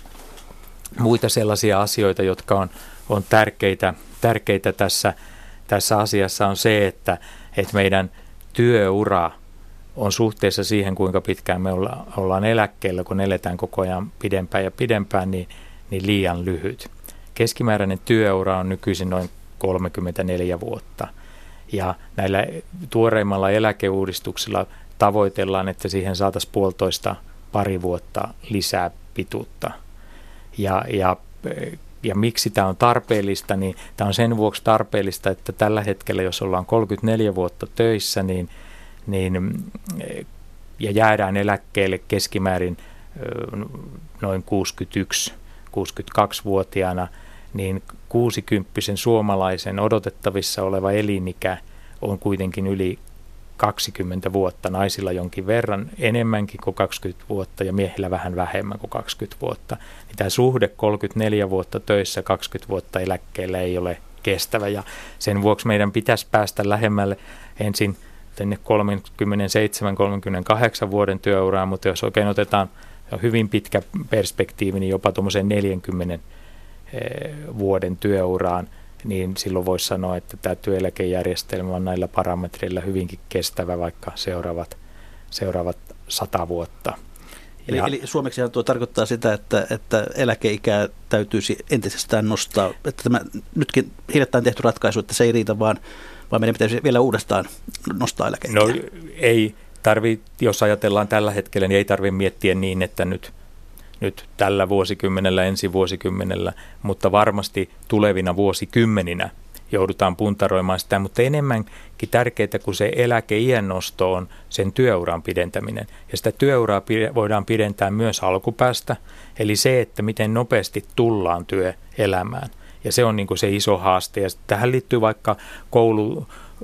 Speaker 4: muita sellaisia asioita, jotka on, on tärkeitä, tärkeitä tässä, tässä asiassa on se, että, että meidän työura on suhteessa siihen, kuinka pitkään me olla, ollaan eläkkeellä, kun eletään koko ajan pidempään ja pidempään, niin, niin liian lyhyt. Keskimääräinen työura on nykyisin noin kolmekymmentäneljä vuotta. Ja näillä tuoreimmalla eläkeuudistuksilla tavoitellaan, että siihen saataisiin puolitoista pari vuotta lisää pituutta. Ja, ja, ja miksi tämä on tarpeellista, niin tämä on sen vuoksi tarpeellista, että tällä hetkellä, jos ollaan kolmekymmentäneljä vuotta töissä, niin, niin, ja jäädään eläkkeelle keskimäärin noin kuusikymmentäyksi kuusikymmentäkaksivuotiaana, niin kuusikymppisen suomalaisen odotettavissa oleva elinikä on kuitenkin yli kaksikymmentä vuotta, naisilla jonkin verran enemmänkin kuin kaksikymmentä vuotta ja miehillä vähän vähemmän kuin kaksikymmentä vuotta. Niin tämä suhde kolmekymmentäneljä vuotta töissä, kaksikymmentä vuotta eläkkeellä ei ole kestävä ja sen vuoksi meidän pitäisi päästä lähemmälle ensin tänne kolmekymmentäseitsemän kolmekymmentäkahdeksan vuoden työuraan, mutta jos oikein otetaan hyvin pitkä perspektiivi, niin jopa tuommoisen neljänkymmenen vuoden työuraan, niin silloin voisi sanoa, että tämä työeläkejärjestelmä on näillä parametreilla hyvinkin kestävä vaikka seuraavat, seuraavat sata vuotta.
Speaker 3: Eli, eli suomeksihan tuo tarkoittaa sitä, että, että eläkeikää täytyisi entisestään nostaa. Että tämä nytkin hiljattain tehty ratkaisu, että se ei riitä, vaan, vaan meidän pitäisi vielä uudestaan nostaa eläkeikää.
Speaker 4: No ei tarvitse, jos ajatellaan tällä hetkellä, niin ei tarvitse miettiä niin, että nyt nyt tällä vuosikymmenellä, ensi vuosikymmenellä, mutta varmasti tulevina vuosikymmeninä joudutaan puntaroimaan sitä, mutta enemmänkin tärkeää kuin se eläkeiän nosto on sen työuran pidentäminen. Ja sitä työuraa voidaan pidentää myös alkupäästä, eli se, että miten nopeasti tullaan työelämään. Ja se on niin kuin se iso haaste. Ja tähän liittyy vaikka koulu,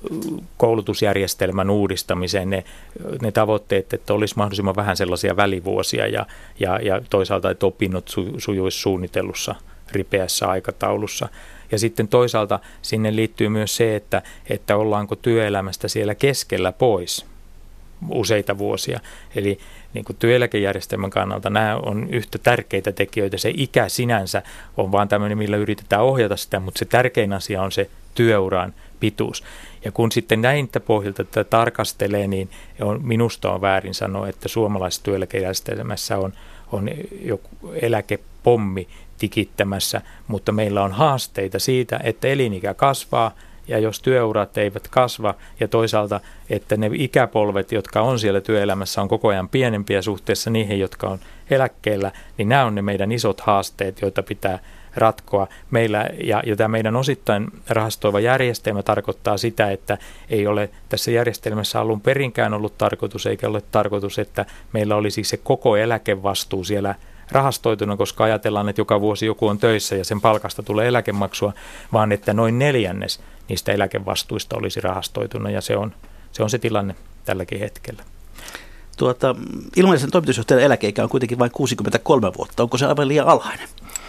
Speaker 4: koulutusjärjestelmän uudistamiseen ne, ne tavoitteet, että olisi mahdollisimman vähän sellaisia välivuosia ja, ja, ja toisaalta, että opinnot su, sujuisi suunnitellussa ripeässä aikataulussa. Ja sitten toisaalta sinne liittyy myös se, että, että ollaanko työelämästä siellä keskellä pois useita vuosia. Eli niin kuin työeläkejärjestelmän kannalta nämä on yhtä tärkeitä tekijöitä. Se ikä sinänsä on vaan tämmöinen, millä yritetään ohjata sitä, mutta se tärkein asia on se työuran pituus. Ja kun sitten näitä pohjalta tätä tarkastelee, niin on, minusta on väärin sanoa, että suomalaisessa työeläkejärjestelmässä on, on joku eläkepommi tikittämässä, mutta meillä on haasteita siitä, että elinikä kasvaa, ja jos työurat eivät kasva, ja toisaalta, että ne ikäpolvet, jotka on siellä työelämässä, on koko ajan pienempiä suhteessa niihin, jotka on eläkkeellä, niin nämä on ne meidän isot haasteet, joita pitää ratkoa. Meillä, ja, ja tämä meidän osittain rahastoiva järjestelmä tarkoittaa sitä, että ei ole tässä järjestelmässä alun perinkään ollut tarkoitus, eikä ole tarkoitus, että meillä olisi se koko eläkevastuu siellä rahastoituna, koska ajatellaan, että joka vuosi joku on töissä ja sen palkasta tulee eläkemaksua, vaan että noin neljännes niistä eläkevastuista olisi rahastoituna, ja se on se, on se tilanne tälläkin hetkellä.
Speaker 3: Tuota, Ilmarisen toimitusjohtajan eläkeikä on kuitenkin vain kuusikymmentäkolme vuotta. Onko se aivan liian alhainen?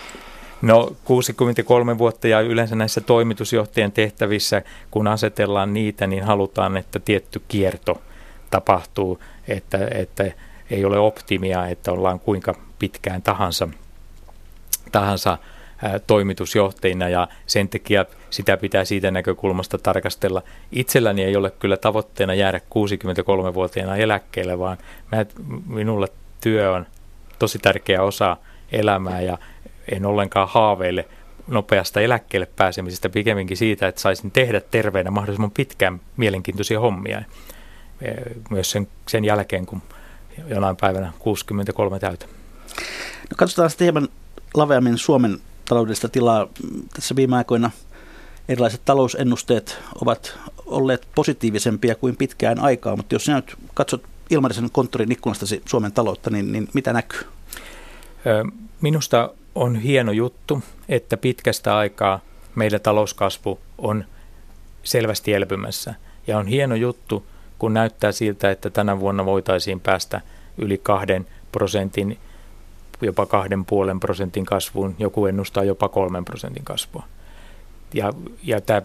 Speaker 4: No kuusikymmentäkolme vuotta, ja yleensä näissä toimitusjohtajien tehtävissä, kun asetellaan niitä, niin halutaan, että tietty kierto tapahtuu, että, että ei ole optimia, että ollaan kuinka pitkään tahansa, tahansa ää, toimitusjohtajina ja sen takia sitä pitää siitä näkökulmasta tarkastella. Itselläni ei ole kyllä tavoitteena jäädä kuusikymmentäkolmevuotiaana eläkkeelle, vaan mä, minulla työ on tosi tärkeä osa elämää ja en ollenkaan haaveile nopeasta eläkkeelle pääsemisestä, pikemminkin siitä, että saisin tehdä terveenä mahdollisimman pitkään mielenkiintoisia hommia. Myös sen, sen jälkeen, kun jonain päivänä kuusikymmentäkolme täytä.
Speaker 3: No katsotaan sitten hieman laveammin Suomen taloudellista tilaa. Tässä viime aikoina erilaiset talousennusteet ovat olleet positiivisempia kuin pitkään aikaa, mutta jos sinä nyt katsot Ilmarisen konttorin ikkunastasi Suomen taloutta, niin, niin mitä näkyy?
Speaker 4: Minusta on hieno juttu, että pitkästä aikaa meidän talouskasvu on selvästi elpymässä. Ja on hieno juttu, kun näyttää siltä, että tänä vuonna voitaisiin päästä yli kahden prosentin, jopa kahden puolen prosentin kasvuun. Joku ennustaa jopa kolmen prosentin kasvua. Ja, ja tämä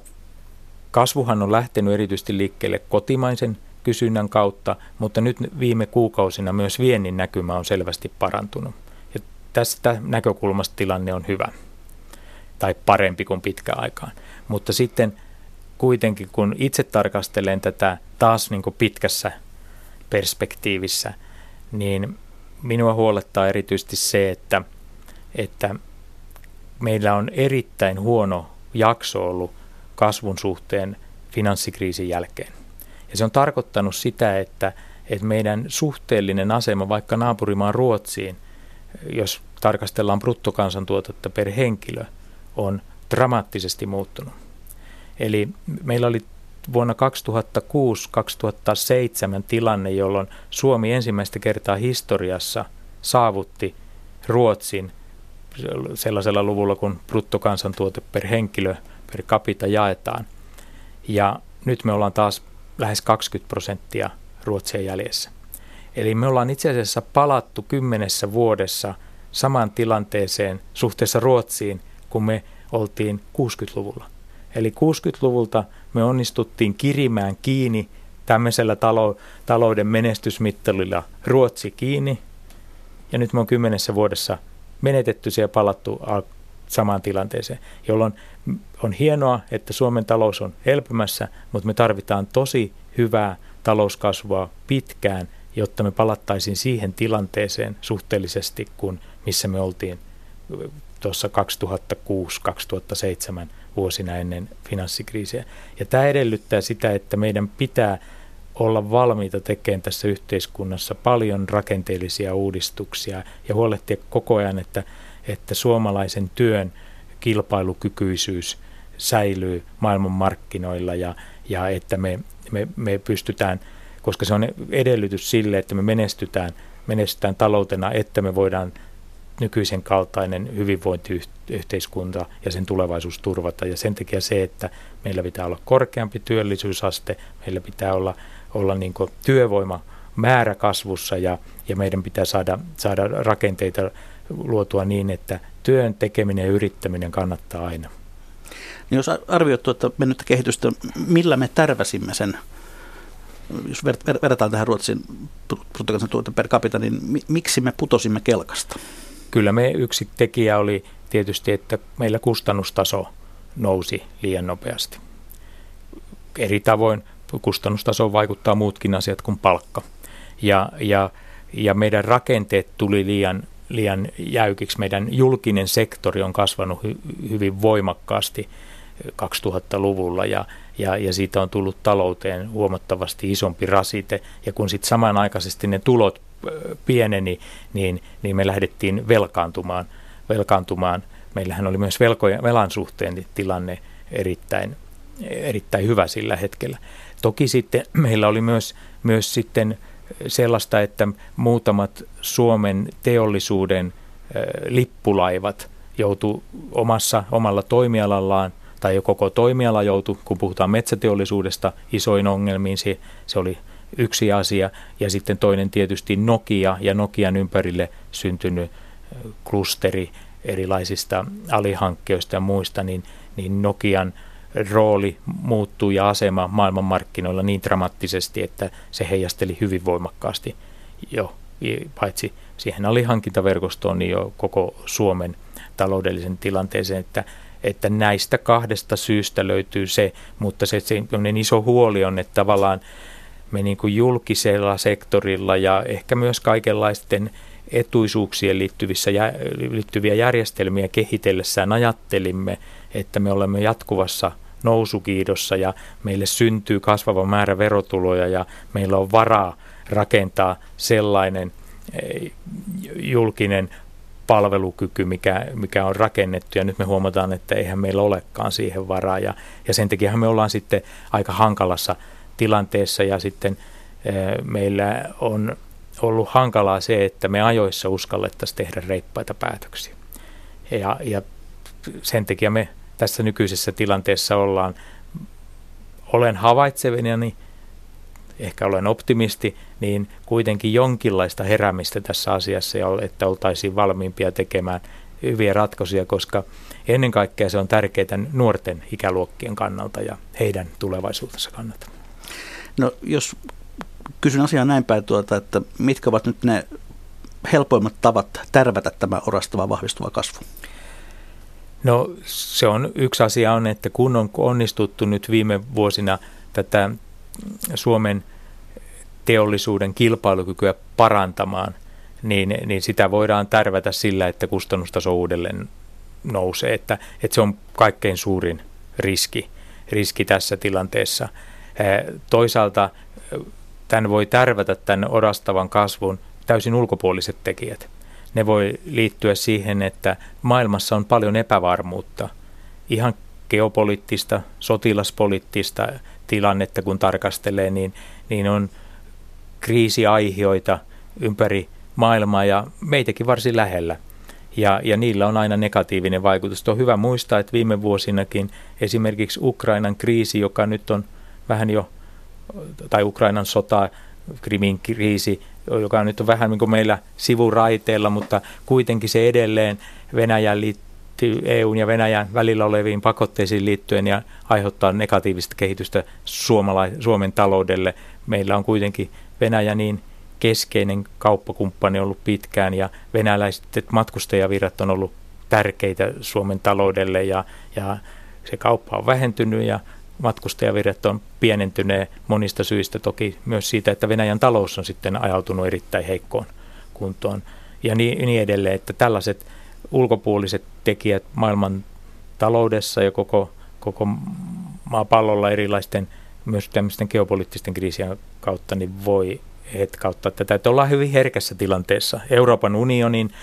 Speaker 4: kasvuhan on lähtenyt erityisesti liikkeelle kotimaisen kysynnän kautta, mutta nyt viime kuukausina myös viennin näkymä on selvästi parantunut. Ja tästä näkökulmasta tilanne on hyvä, tai parempi kuin pitkä aikaan. Mutta sitten kuitenkin, kun itse tarkastelen tätä taas niin kuin pitkässä perspektiivissä, niin minua huolettaa erityisesti se, että, että meillä on erittäin huono jakso ollut kasvun suhteen finanssikriisin jälkeen. Ja se on tarkoittanut sitä, että, että meidän suhteellinen asema vaikka naapurimaan Ruotsiin, jos tarkastellaan bruttokansantuotetta per henkilö, on dramaattisesti muuttunut. Eli meillä oli vuonna kaksituhattakuusi kaksituhattaseitsemän tilanne, jolloin Suomi ensimmäistä kertaa historiassa saavutti Ruotsin sellaisella luvulla, kun bruttokansantuote per henkilö per capita jaetaan. Ja nyt me ollaan taas lähes kaksikymmentä prosenttia Ruotsia jäljessä. Eli me ollaan itse asiassa palattu kymmenessä vuodessa samaan tilanteeseen suhteessa Ruotsiin, kun me oltiin kuusikymmentäluvulla. Eli kuusikymmentäluvulta me onnistuttiin kirimään kiinni tämmöisellä talo, talouden menestysmittarilla Ruotsi kiinni, ja nyt me on kymmenessä vuodessa menetetty se ja palattu samaan tilanteeseen, jolloin on hienoa, että Suomen talous on elpymässä, mutta me tarvitaan tosi hyvää talouskasvua pitkään, jotta me palattaisiin siihen tilanteeseen suhteellisesti, kun missä me oltiin tuossa kaksituhattakuusi kaksituhattaseitsemän vuosina ennen finanssikriisiä. Ja tämä edellyttää sitä, että meidän pitää olla valmiita tekemään tässä yhteiskunnassa paljon rakenteellisia uudistuksia ja huolehtia koko ajan, että, että suomalaisen työn kilpailukykyisyys säilyy maailmanmarkkinoilla ja, ja että me, me, me pystytään, koska se on edellytys sille, että me menestytään, menestytään taloutena, että me voidaan nykyisen kaltainen hyvinvointiyhteiskunta ja sen tulevaisuus turvata. Ja sen takia se, että meillä pitää olla korkeampi työllisyysaste, meillä pitää olla, olla niin kuin työvoimamäärä kasvussa ja, ja meidän pitää saada, saada rakenteita luotua niin, että työn tekeminen ja yrittäminen kannattaa aina.
Speaker 3: Niin jos arvioit tuota mennyttä kehitystä, millä me tärväsimme sen, jos ver- verrataan tähän Ruotsin bruttokansantuote per capita, niin mi- miksi me putosimme kelkasta?
Speaker 4: Kyllä me yksi tekijä oli tietysti, että meillä kustannustaso nousi liian nopeasti. Eri tavoin kustannustasoon vaikuttaa muutkin asiat kuin palkka. Ja, ja, ja meidän rakenteet tuli liian, liian jäykiksi. Meidän julkinen sektori on kasvanut hy, hyvin voimakkaasti kaksituhattaluvulla ja, ja, ja siitä on tullut talouteen huomattavasti isompi rasite. Ja kun sitten samanaikaisesti ne tulot pieneni, niin, niin me lähdettiin velkaantumaan. velkaantumaan. Meillähän oli myös velkojen, velan suhteen tilanne erittäin, erittäin hyvä sillä hetkellä. Toki sitten meillä oli myös, myös sitten sellaista, että muutamat Suomen teollisuuden äh, lippulaivat joutu omassa, omalla toimialallaan, tai jo koko toimiala joutui, kun puhutaan metsäteollisuudesta, isoin ongelmiin. Se, se oli yksi asia. Ja sitten toinen tietysti Nokia ja Nokian ympärille syntynyt klusteri erilaisista alihankkeista ja muista, niin, niin Nokian rooli muuttui ja asema maailmanmarkkinoilla niin dramaattisesti, että se heijasteli hyvin voimakkaasti jo paitsi siihen alihankintaverkostoon, niin jo koko Suomen taloudellisen tilanteeseen, että, että näistä kahdesta syystä löytyy se, mutta se, se iso huoli on, että tavallaan me niin kuin julkisella sektorilla ja ehkä myös kaikenlaisten etuisuuksien liittyvissä, liittyviä järjestelmiä kehitellessään ajattelimme, että me olemme jatkuvassa nousukiidossa ja meille syntyy kasvava määrä verotuloja ja meillä on varaa rakentaa sellainen julkinen palvelukyky, mikä, mikä on rakennettu, ja nyt me huomataan, että eihän meillä olekaan siihen varaa, ja, ja sen takia me ollaan sitten aika hankalassa tilanteessa, ja sitten e, meillä on ollut hankalaa se, että me ajoissa uskallettaisiin tehdä reippaita päätöksiä, ja, ja sen takia me tässä nykyisessä tilanteessa ollaan, olen havaitsevani, ehkä olen optimisti, niin kuitenkin jonkinlaista heräämistä tässä asiassa, että oltaisiin valmiimpia tekemään hyviä ratkaisuja, koska ennen kaikkea se on tärkeää nuorten ikäluokkien kannalta ja heidän tulevaisuutensa kannalta.
Speaker 3: No jos kysyn asiaa näin päin, tuota, että mitkä ovat nyt ne helpoimmat tavat tärvätä tämä orastava vahvistuva kasvu?
Speaker 4: No se on yksi asia on, että kun on onnistuttu nyt viime vuosina tätä Suomen teollisuuden kilpailukykyä parantamaan, niin, niin sitä voidaan tärvätä sillä, että kustannustaso uudelleen nousee. Että, että se on kaikkein suurin riski, riski tässä tilanteessa. Toisaalta tämän voi tärvätä tämän orastavan kasvun täysin ulkopuoliset tekijät. Ne voi liittyä siihen, että maailmassa on paljon epävarmuutta, ihan geopoliittista, sotilaspoliittista tilannetta kun tarkastelee, niin, niin on kriisiaihioita ympäri maailmaa ja meitäkin varsin lähellä. Ja, ja niillä on aina negatiivinen vaikutus. On hyvä muistaa, että viime vuosinakin esimerkiksi Ukrainan kriisi, joka nyt on vähän jo, tai Ukrainan sota, Krimin kriisi, joka nyt on vähän niin kuin meillä sivuraiteella, mutta kuitenkin se edelleen Venäjän liittyy E U:n ja Venäjän välillä oleviin pakotteisiin liittyen ja aiheuttaa negatiivista kehitystä suomala- Suomen taloudelle. Meillä on kuitenkin Venäjä niin keskeinen kauppakumppani ollut pitkään ja venäläiset matkustajavirrat on ollut tärkeitä Suomen taloudelle ja, ja se kauppa on vähentynyt ja matkustajavirrat on pienentyneet monista syistä, toki myös siitä, että Venäjän talous on sitten ajautunut erittäin heikkoon kuntoon ja niin, niin edelleen, että tällaiset ulkopuoliset tekijät maailman taloudessa ja koko, koko maapallolla erilaisten myös tämmöisten geopoliittisten kriisien kautta niin voi hetkauttaa tätä, että ollaan hyvin herkässä tilanteessa. Euroopan unionin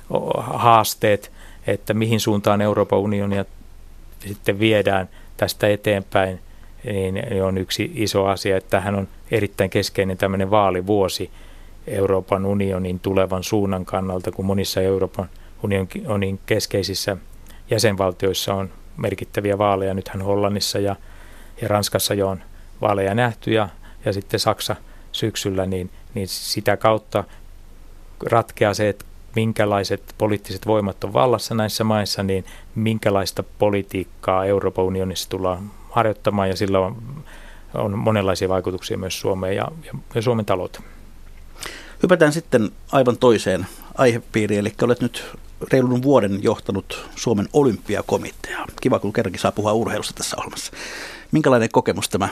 Speaker 4: haasteet, että mihin suuntaan Euroopan unionia sitten viedään tästä eteenpäin, niin on yksi iso asia, että tämähän on erittäin keskeinen tämmöinen vaalivuosi Euroopan unionin tulevan suunnan kannalta, kun monissa Euroopan unionin keskeisissä jäsenvaltioissa on merkittäviä vaaleja. Nythän Hollannissa ja, ja Ranskassa jo on vaaleja nähty ja, ja sitten Saksa syksyllä, niin, niin sitä kautta ratkeaa se, että minkälaiset poliittiset voimat on vallassa näissä maissa, niin minkälaista politiikkaa Euroopan unionissa tullaan harjoittamaan, ja sillä on, on monenlaisia vaikutuksia myös Suomeen ja, ja Suomen talouteen.
Speaker 3: Hypätään sitten aivan toiseen aihepiiriin, eli olet nyt reilun vuoden johtanut Suomen olympiakomiteaa. Kiva, kun kerrankin saa puhua urheilusta tässä ohjelmassa. Minkälainen kokemus tämä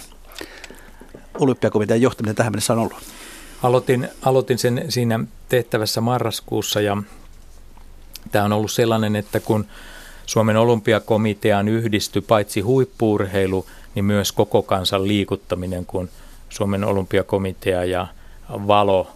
Speaker 3: olympiakomitean johtaminen tähän mennessä on ollut?
Speaker 4: Aloitin, aloitin sen siinä tehtävässä marraskuussa ja tämä on ollut sellainen, että kun Suomen olympiakomiteaan yhdistyi paitsi huippu-urheilu, niin myös koko kansan liikuttaminen, kun Suomen olympiakomitea ja Valo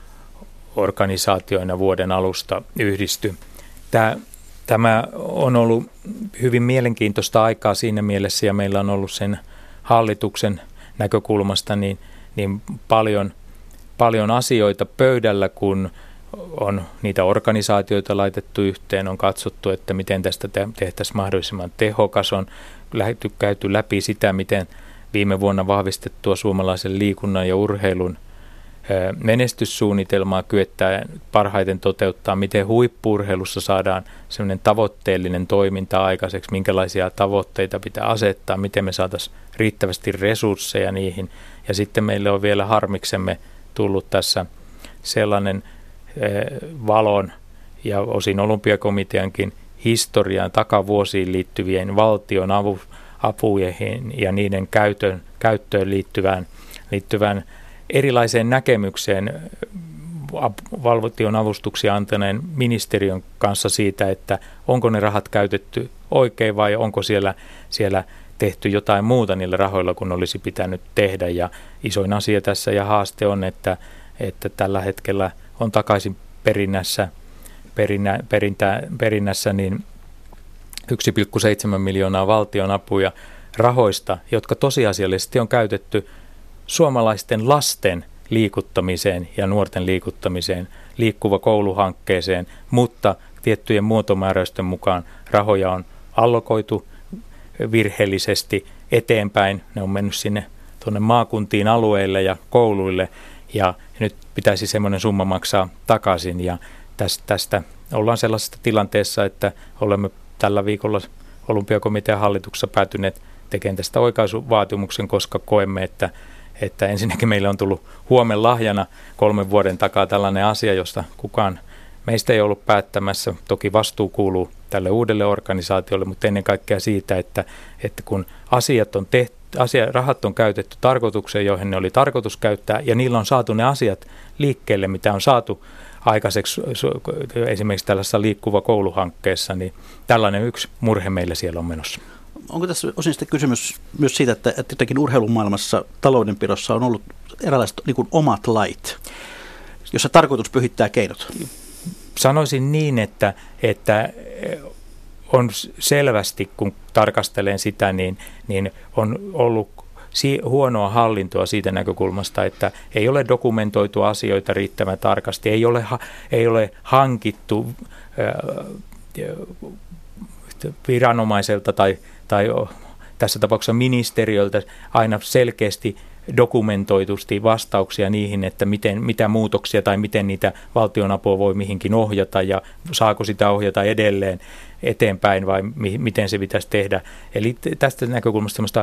Speaker 4: organisaatioina vuoden alusta yhdistyi. Tämä, tämä on ollut hyvin mielenkiintoista aikaa siinä mielessä ja meillä on ollut sen hallituksen näkökulmasta niin, niin paljon, paljon asioita pöydällä, kun on niitä organisaatioita laitettu yhteen, on katsottu, että miten tästä tehtäisiin mahdollisimman tehokas, on lähdetty käyty läpi sitä, miten viime vuonna vahvistettua suomalaisen liikunnan ja urheilun menestyssuunnitelmaa kyetään parhaiten toteuttaa, miten huippu-urheilussa saadaan sellainen tavoitteellinen toiminta aikaiseksi, minkälaisia tavoitteita pitää asettaa, miten me saataisiin riittävästi resursseja niihin. Ja sitten meille on vielä harmiksemme tullut tässä sellainen Valon ja osin olympiakomiteankin historiaan, takavuosiin liittyvien valtion avu, apuihin ja niiden käytön, käyttöön liittyvään, liittyvään erilaiseen näkemykseen valtion avustuksia antaneen ministeriön kanssa siitä, että onko ne rahat käytetty oikein vai onko siellä, siellä tehty jotain muuta niillä rahoilla, kun olisi pitänyt tehdä. Ja isoin asia tässä ja haaste on, että, että tällä hetkellä on takaisin perinnässä, perinnä, perintää, perinnässä niin yksi pilkku seitsemän miljoonaa valtion apuja rahoista, jotka tosiasiallisesti on käytetty suomalaisten lasten liikuttamiseen ja nuorten liikuttamiseen, liikkuva kouluhankkeeseen, mutta tiettyjen muotomääräysten mukaan rahoja on allokoitu virheellisesti eteenpäin. Ne on mennyt sinne tuonne maakuntiin, alueille ja kouluille ja nyt pitäisi semmoinen summa maksaa takaisin ja tästä, tästä ollaan sellaisessa tilanteessa, että olemme tällä viikolla Olympiakomitean hallituksessa päätyneet tekemään tästä oikaisuvaatimuksen, koska koemme, että että ensinnäkin meille on tullut huomen lahjana kolmen vuoden takaa tällainen asia, josta kukaan meistä ei ollut päättämässä. Toki vastuu kuuluu tälle uudelle organisaatiolle, mutta ennen kaikkea siitä, että, että kun asiat on tehty, asia, rahat on käytetty tarkoitukseen, joihin ne oli tarkoitus käyttää, ja niillä on saatu ne asiat liikkeelle, mitä on saatu aikaiseksi esimerkiksi tällaisessa liikkuva kouluhankkeessa, niin tällainen yksi murhe meillä siellä on menossa.
Speaker 3: Onko tässä osin sitten kysymys myös siitä, että, että jotenkin urheilumaailmassa taloudenpidossa on ollut erilaiset niin kuin omat lait, jossa tarkoitus pyhittää keinot?
Speaker 4: Sanoisin niin, että, että on selvästi, kun tarkastelen sitä, niin, niin on ollut si- huonoa hallintoa siitä näkökulmasta, että ei ole dokumentoitu asioita riittävän tarkasti, ei ole, ha- ei ole hankittu äh, viranomaiselta tai tai tässä tapauksessa ministeriöltä aina selkeästi dokumentoitusti vastauksia niihin, että miten, mitä muutoksia tai miten niitä valtionapua voi mihinkin ohjata ja saako sitä ohjata edelleen eteenpäin vai mi- miten se pitäisi tehdä. Eli tästä näkökulmasta semmoista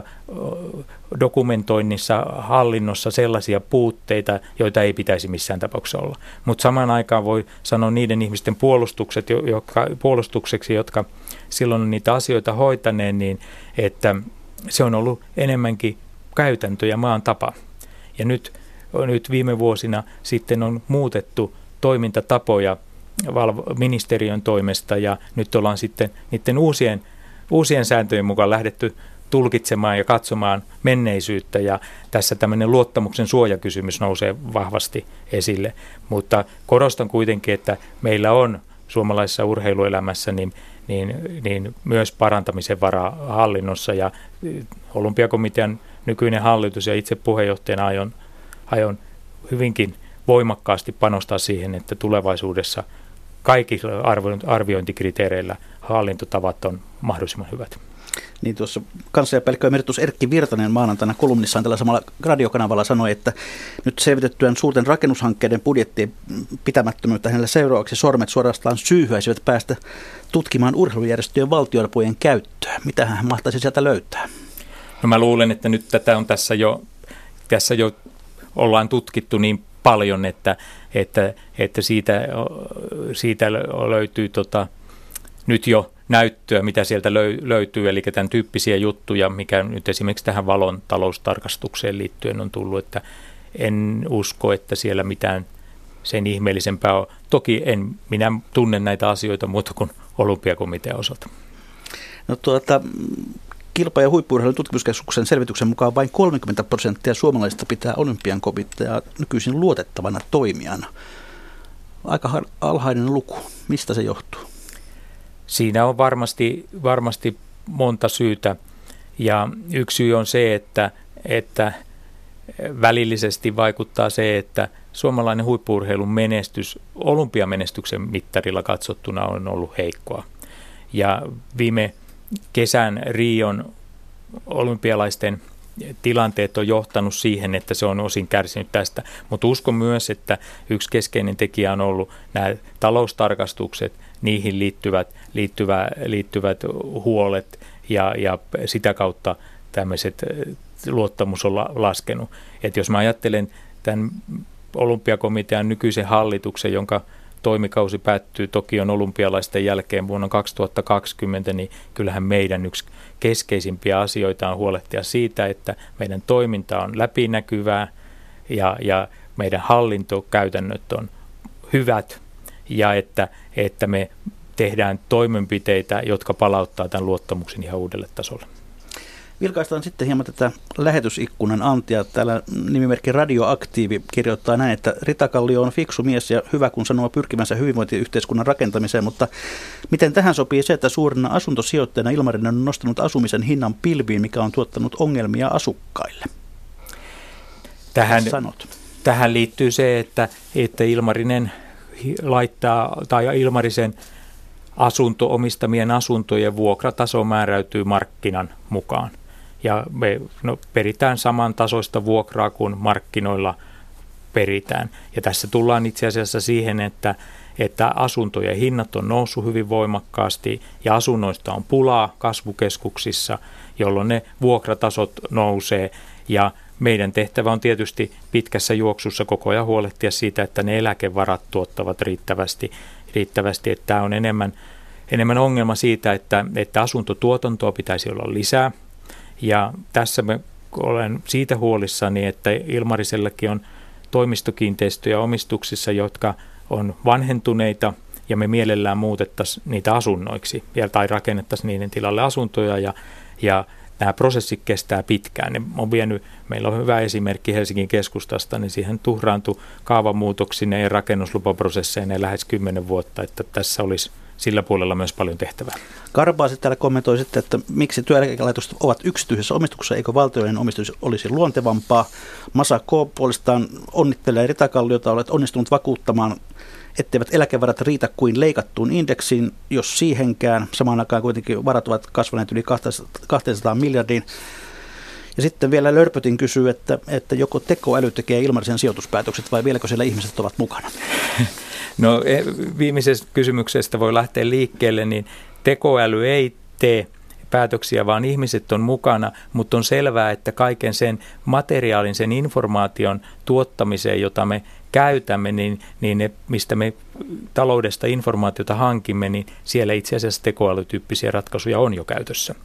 Speaker 4: dokumentoinnissa, hallinnossa sellaisia puutteita, joita ei pitäisi missään tapauksessa olla. Mutta samaan aikaan voi sanoa niiden ihmisten puolustukset, jotka, puolustukseksi, jotka silloin on niitä asioita hoitaneen, niin että se on ollut enemmänkin käytäntö ja maan tapa. Ja nyt, nyt viime vuosina sitten on muutettu toimintatapoja ministeriön toimesta ja nyt ollaan sitten niiden uusien, uusien sääntöjen mukaan lähdetty tulkitsemaan ja katsomaan menneisyyttä ja tässä tämmöinen luottamuksen suojakysymys nousee vahvasti esille. Mutta korostan kuitenkin, että meillä on suomalaisessa urheiluelämässä niin Niin, niin myös parantamisen varaa hallinnossa ja Olympiakomitean nykyinen hallitus ja itse puheenjohtajana aion, aion hyvinkin voimakkaasti panostaa siihen, että tulevaisuudessa kaikilla arviointikriteereillä hallintotavat on mahdollisimman hyvät.
Speaker 3: Niin tuossa kansliapäällikkö emeritus Erkki Virtanen maanantaina kolumnissaan tällä samalla radiokanavalla sanoi, että nyt selvitettyään suurten rakennushankkeiden budjettien pitämättömyyttä hänellä seuraavaksi sormet suorastaan syyhyäisivät päästä tutkimaan urheilujärjestöjen valtionapujen käyttöä. Mitä hän mahtaisi sieltä löytää?
Speaker 4: No mä luulen, että nyt tätä on tässä jo, tässä jo ollaan tutkittu niin paljon, että, että, että siitä, siitä löytyy tota, nyt jo näyttöä, mitä sieltä löytyy, eli tämän tyyppisiä juttuja, mikä nyt esimerkiksi tähän Valon taloustarkastukseen liittyen on tullut, että en usko, että siellä mitään sen ihmeellisempää on. Toki en minä tunne näitä asioita muuta kuin Olympiakomitean osalta.
Speaker 3: No tuota, Kilpa- ja huippu-urheilun tutkimuskeskuksen selvityksen mukaan vain kolmekymmentä prosenttia suomalaisista pitää Olympiakomiteaa nykyisin luotettavana toimijana. Aika alhainen luku. Mistä se johtuu?
Speaker 4: Siinä on varmasti, varmasti monta syytä ja yksi syy on se, että, että välillisesti vaikuttaa se, että suomalainen huippu-urheilun menestys olympiamenestyksen mittarilla katsottuna on ollut heikkoa. Ja viime kesän Rion olympialaisten tilanteet on johtanut siihen, että se on osin kärsinyt tästä, mutta uskon myös, että yksi keskeinen tekijä on ollut nämä taloustarkastukset, niihin liittyvät, liittyvä, liittyvät huolet ja, ja sitä kautta tämmöiset luottamus on laskenut. Et jos mä ajattelen tämän Olympiakomitean nykyisen hallituksen, jonka toimikausi päättyy Tokion olympialaisten jälkeen vuonna kaksituhattakaksikymmentä, niin kyllähän meidän yksi keskeisimpiä asioita on huolehtia siitä, että meidän toiminta on läpinäkyvää ja, ja meidän hallintokäytännöt on hyvät ja että, että me tehdään toimenpiteitä, jotka palauttaa tämän luottamuksen ihan uudelle tasolle.
Speaker 3: Vilkaistaan sitten hieman tätä lähetysikkunan antia. Täällä nimimerkki Radioaktiivi kirjoittaa näin, että Rita Kallio on fiksu mies ja hyvä, kun sanoo pyrkimänsä hyvinvointiyhteiskunnan rakentamiseen, mutta miten tähän sopii se, että suurena asuntosijoittajana Ilmarinen on nostanut asumisen hinnan pilviin, mikä on tuottanut ongelmia asukkaille?
Speaker 4: Tähän, tähän liittyy se, että, että Ilmarinen laittaa, tai Ilmarisen asunto, omistamien asuntojen vuokrataso määräytyy markkinan mukaan. Ja me no, peritään samantasoista vuokraa kuin markkinoilla peritään. Ja tässä tullaan itse asiassa siihen, että, että asuntojen hinnat on noussut hyvin voimakkaasti ja asunnoista on pulaa kasvukeskuksissa, jolloin ne vuokratasot nousee. Ja meidän tehtävä on tietysti pitkässä juoksussa koko ajan huolehtia siitä, että ne eläkevarat tuottavat riittävästi, riittävästi että tämä on enemmän, enemmän ongelma siitä, että, että asuntotuotantoa pitäisi olla lisää. Ja tässä me olen siitä huolissani, että Ilmarisellakin on toimistokiinteistöjä omistuksissa, jotka on vanhentuneita ja me mielellään muutettaisiin niitä asunnoiksi tai rakennettaisiin niiden tilalle asuntoja ja, ja nämä prosessit kestää pitkään. Ne on vienyt, meillä on hyvä esimerkki Helsingin keskustasta, niin siihen tuhraantui kaavamuutoksineen ja rakennuslupaprosesseineen lähes kymmenen vuotta, että tässä olisi sillä puolella myös paljon tehtävää.
Speaker 3: Karbaasi täällä kommentoi sitten, että miksi työeläkelaitokset ovat yksityisessä omistuksessa, eikö valtiollinen omistus olisi luontevampaa. Masa K. puolestaan onnittelee Rita Kalliota, olet onnistunut vakuuttamaan, etteivät eläkevarat riitä kuin leikattuun indeksiin, jos siihenkään. Samaan aikaan kuitenkin varat ovat kasvaneet yli kaksisataa miljardiin. Ja sitten vielä Lörpötin kysyy, että, että joko tekoäly tekee Ilmarisen sijoituspäätökset vai vieläkö siellä ihmiset ovat mukana?
Speaker 4: No viimeisestä kysymyksestä voi lähteä liikkeelle, niin tekoäly ei tee päätöksiä, vaan ihmiset on mukana, mutta on selvää, että kaiken sen materiaalin, sen informaation tuottamiseen, jota me käytämme, niin, niin ne, mistä me taloudesta informaatiota hankimme, niin siellä itse asiassa tekoälytyyppisiä ratkaisuja on jo käytössä.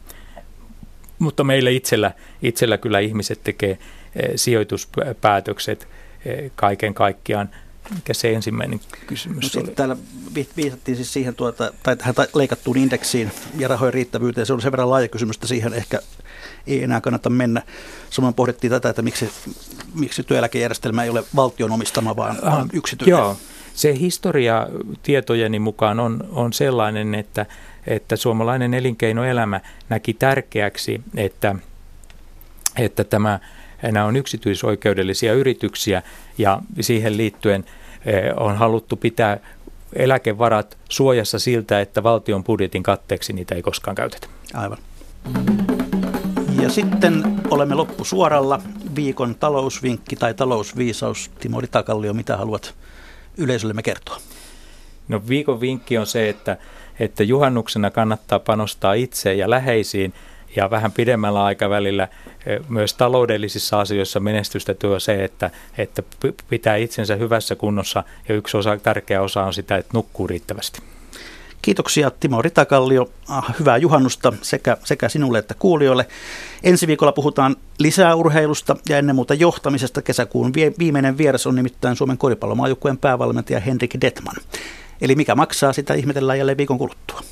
Speaker 4: Mutta meillä itsellä, itsellä kyllä ihmiset tekee eh, sijoituspäätökset eh, kaiken kaikkiaan. Mikä se ensimmäinen kysymys
Speaker 3: no,
Speaker 4: oli?
Speaker 3: Täällä viitattiin siis siihen tuota, tai tähän leikattuun indeksiin ja rahojen riittävyyteen. Se oli sen verran laaja kysymys, että siihen ehkä ei enää kannata mennä. Samoin pohdittiin tätä, että miksi, miksi työeläkejärjestelmä ei ole valtion omistama, vaan, ah, vaan yksityinen.
Speaker 4: Joo, se historia tietojeni mukaan on, on sellainen, että, että suomalainen elinkeinoelämä näki tärkeäksi, että, että tämä, nämä on yksityisoikeudellisia yrityksiä ja siihen liittyen on haluttu pitää eläkevarat suojassa siltä, että valtion budjetin katteeksi niitä ei koskaan käytetä.
Speaker 3: Aivan. Ja sitten olemme loppusuoralla. Viikon talousvinkki tai talousviisaus. Timo Rita Kallio, mitä haluat yleisöllemme kertoa?
Speaker 4: No viikon vinkki on se, että, että juhannuksena kannattaa panostaa itseen ja läheisiin ja vähän pidemmällä aikavälillä myös taloudellisissa asioissa menestystä tuo se, että, että pitää itsensä hyvässä kunnossa ja yksi osa, tärkeä osa on sitä, että nukkuu riittävästi.
Speaker 3: Kiitoksia Timo Rita Kallio. Hyvää juhannusta sekä, sekä sinulle että kuulijoille. Ensi viikolla puhutaan lisää urheilusta ja ennen muuta johtamisesta. Kesäkuun viimeinen vieras on nimittäin Suomen koripallomaajoukkueen päävalmentaja Henrik Detman. Eli mikä maksaa, sitä ihmetellään jälleen viikon kuluttua.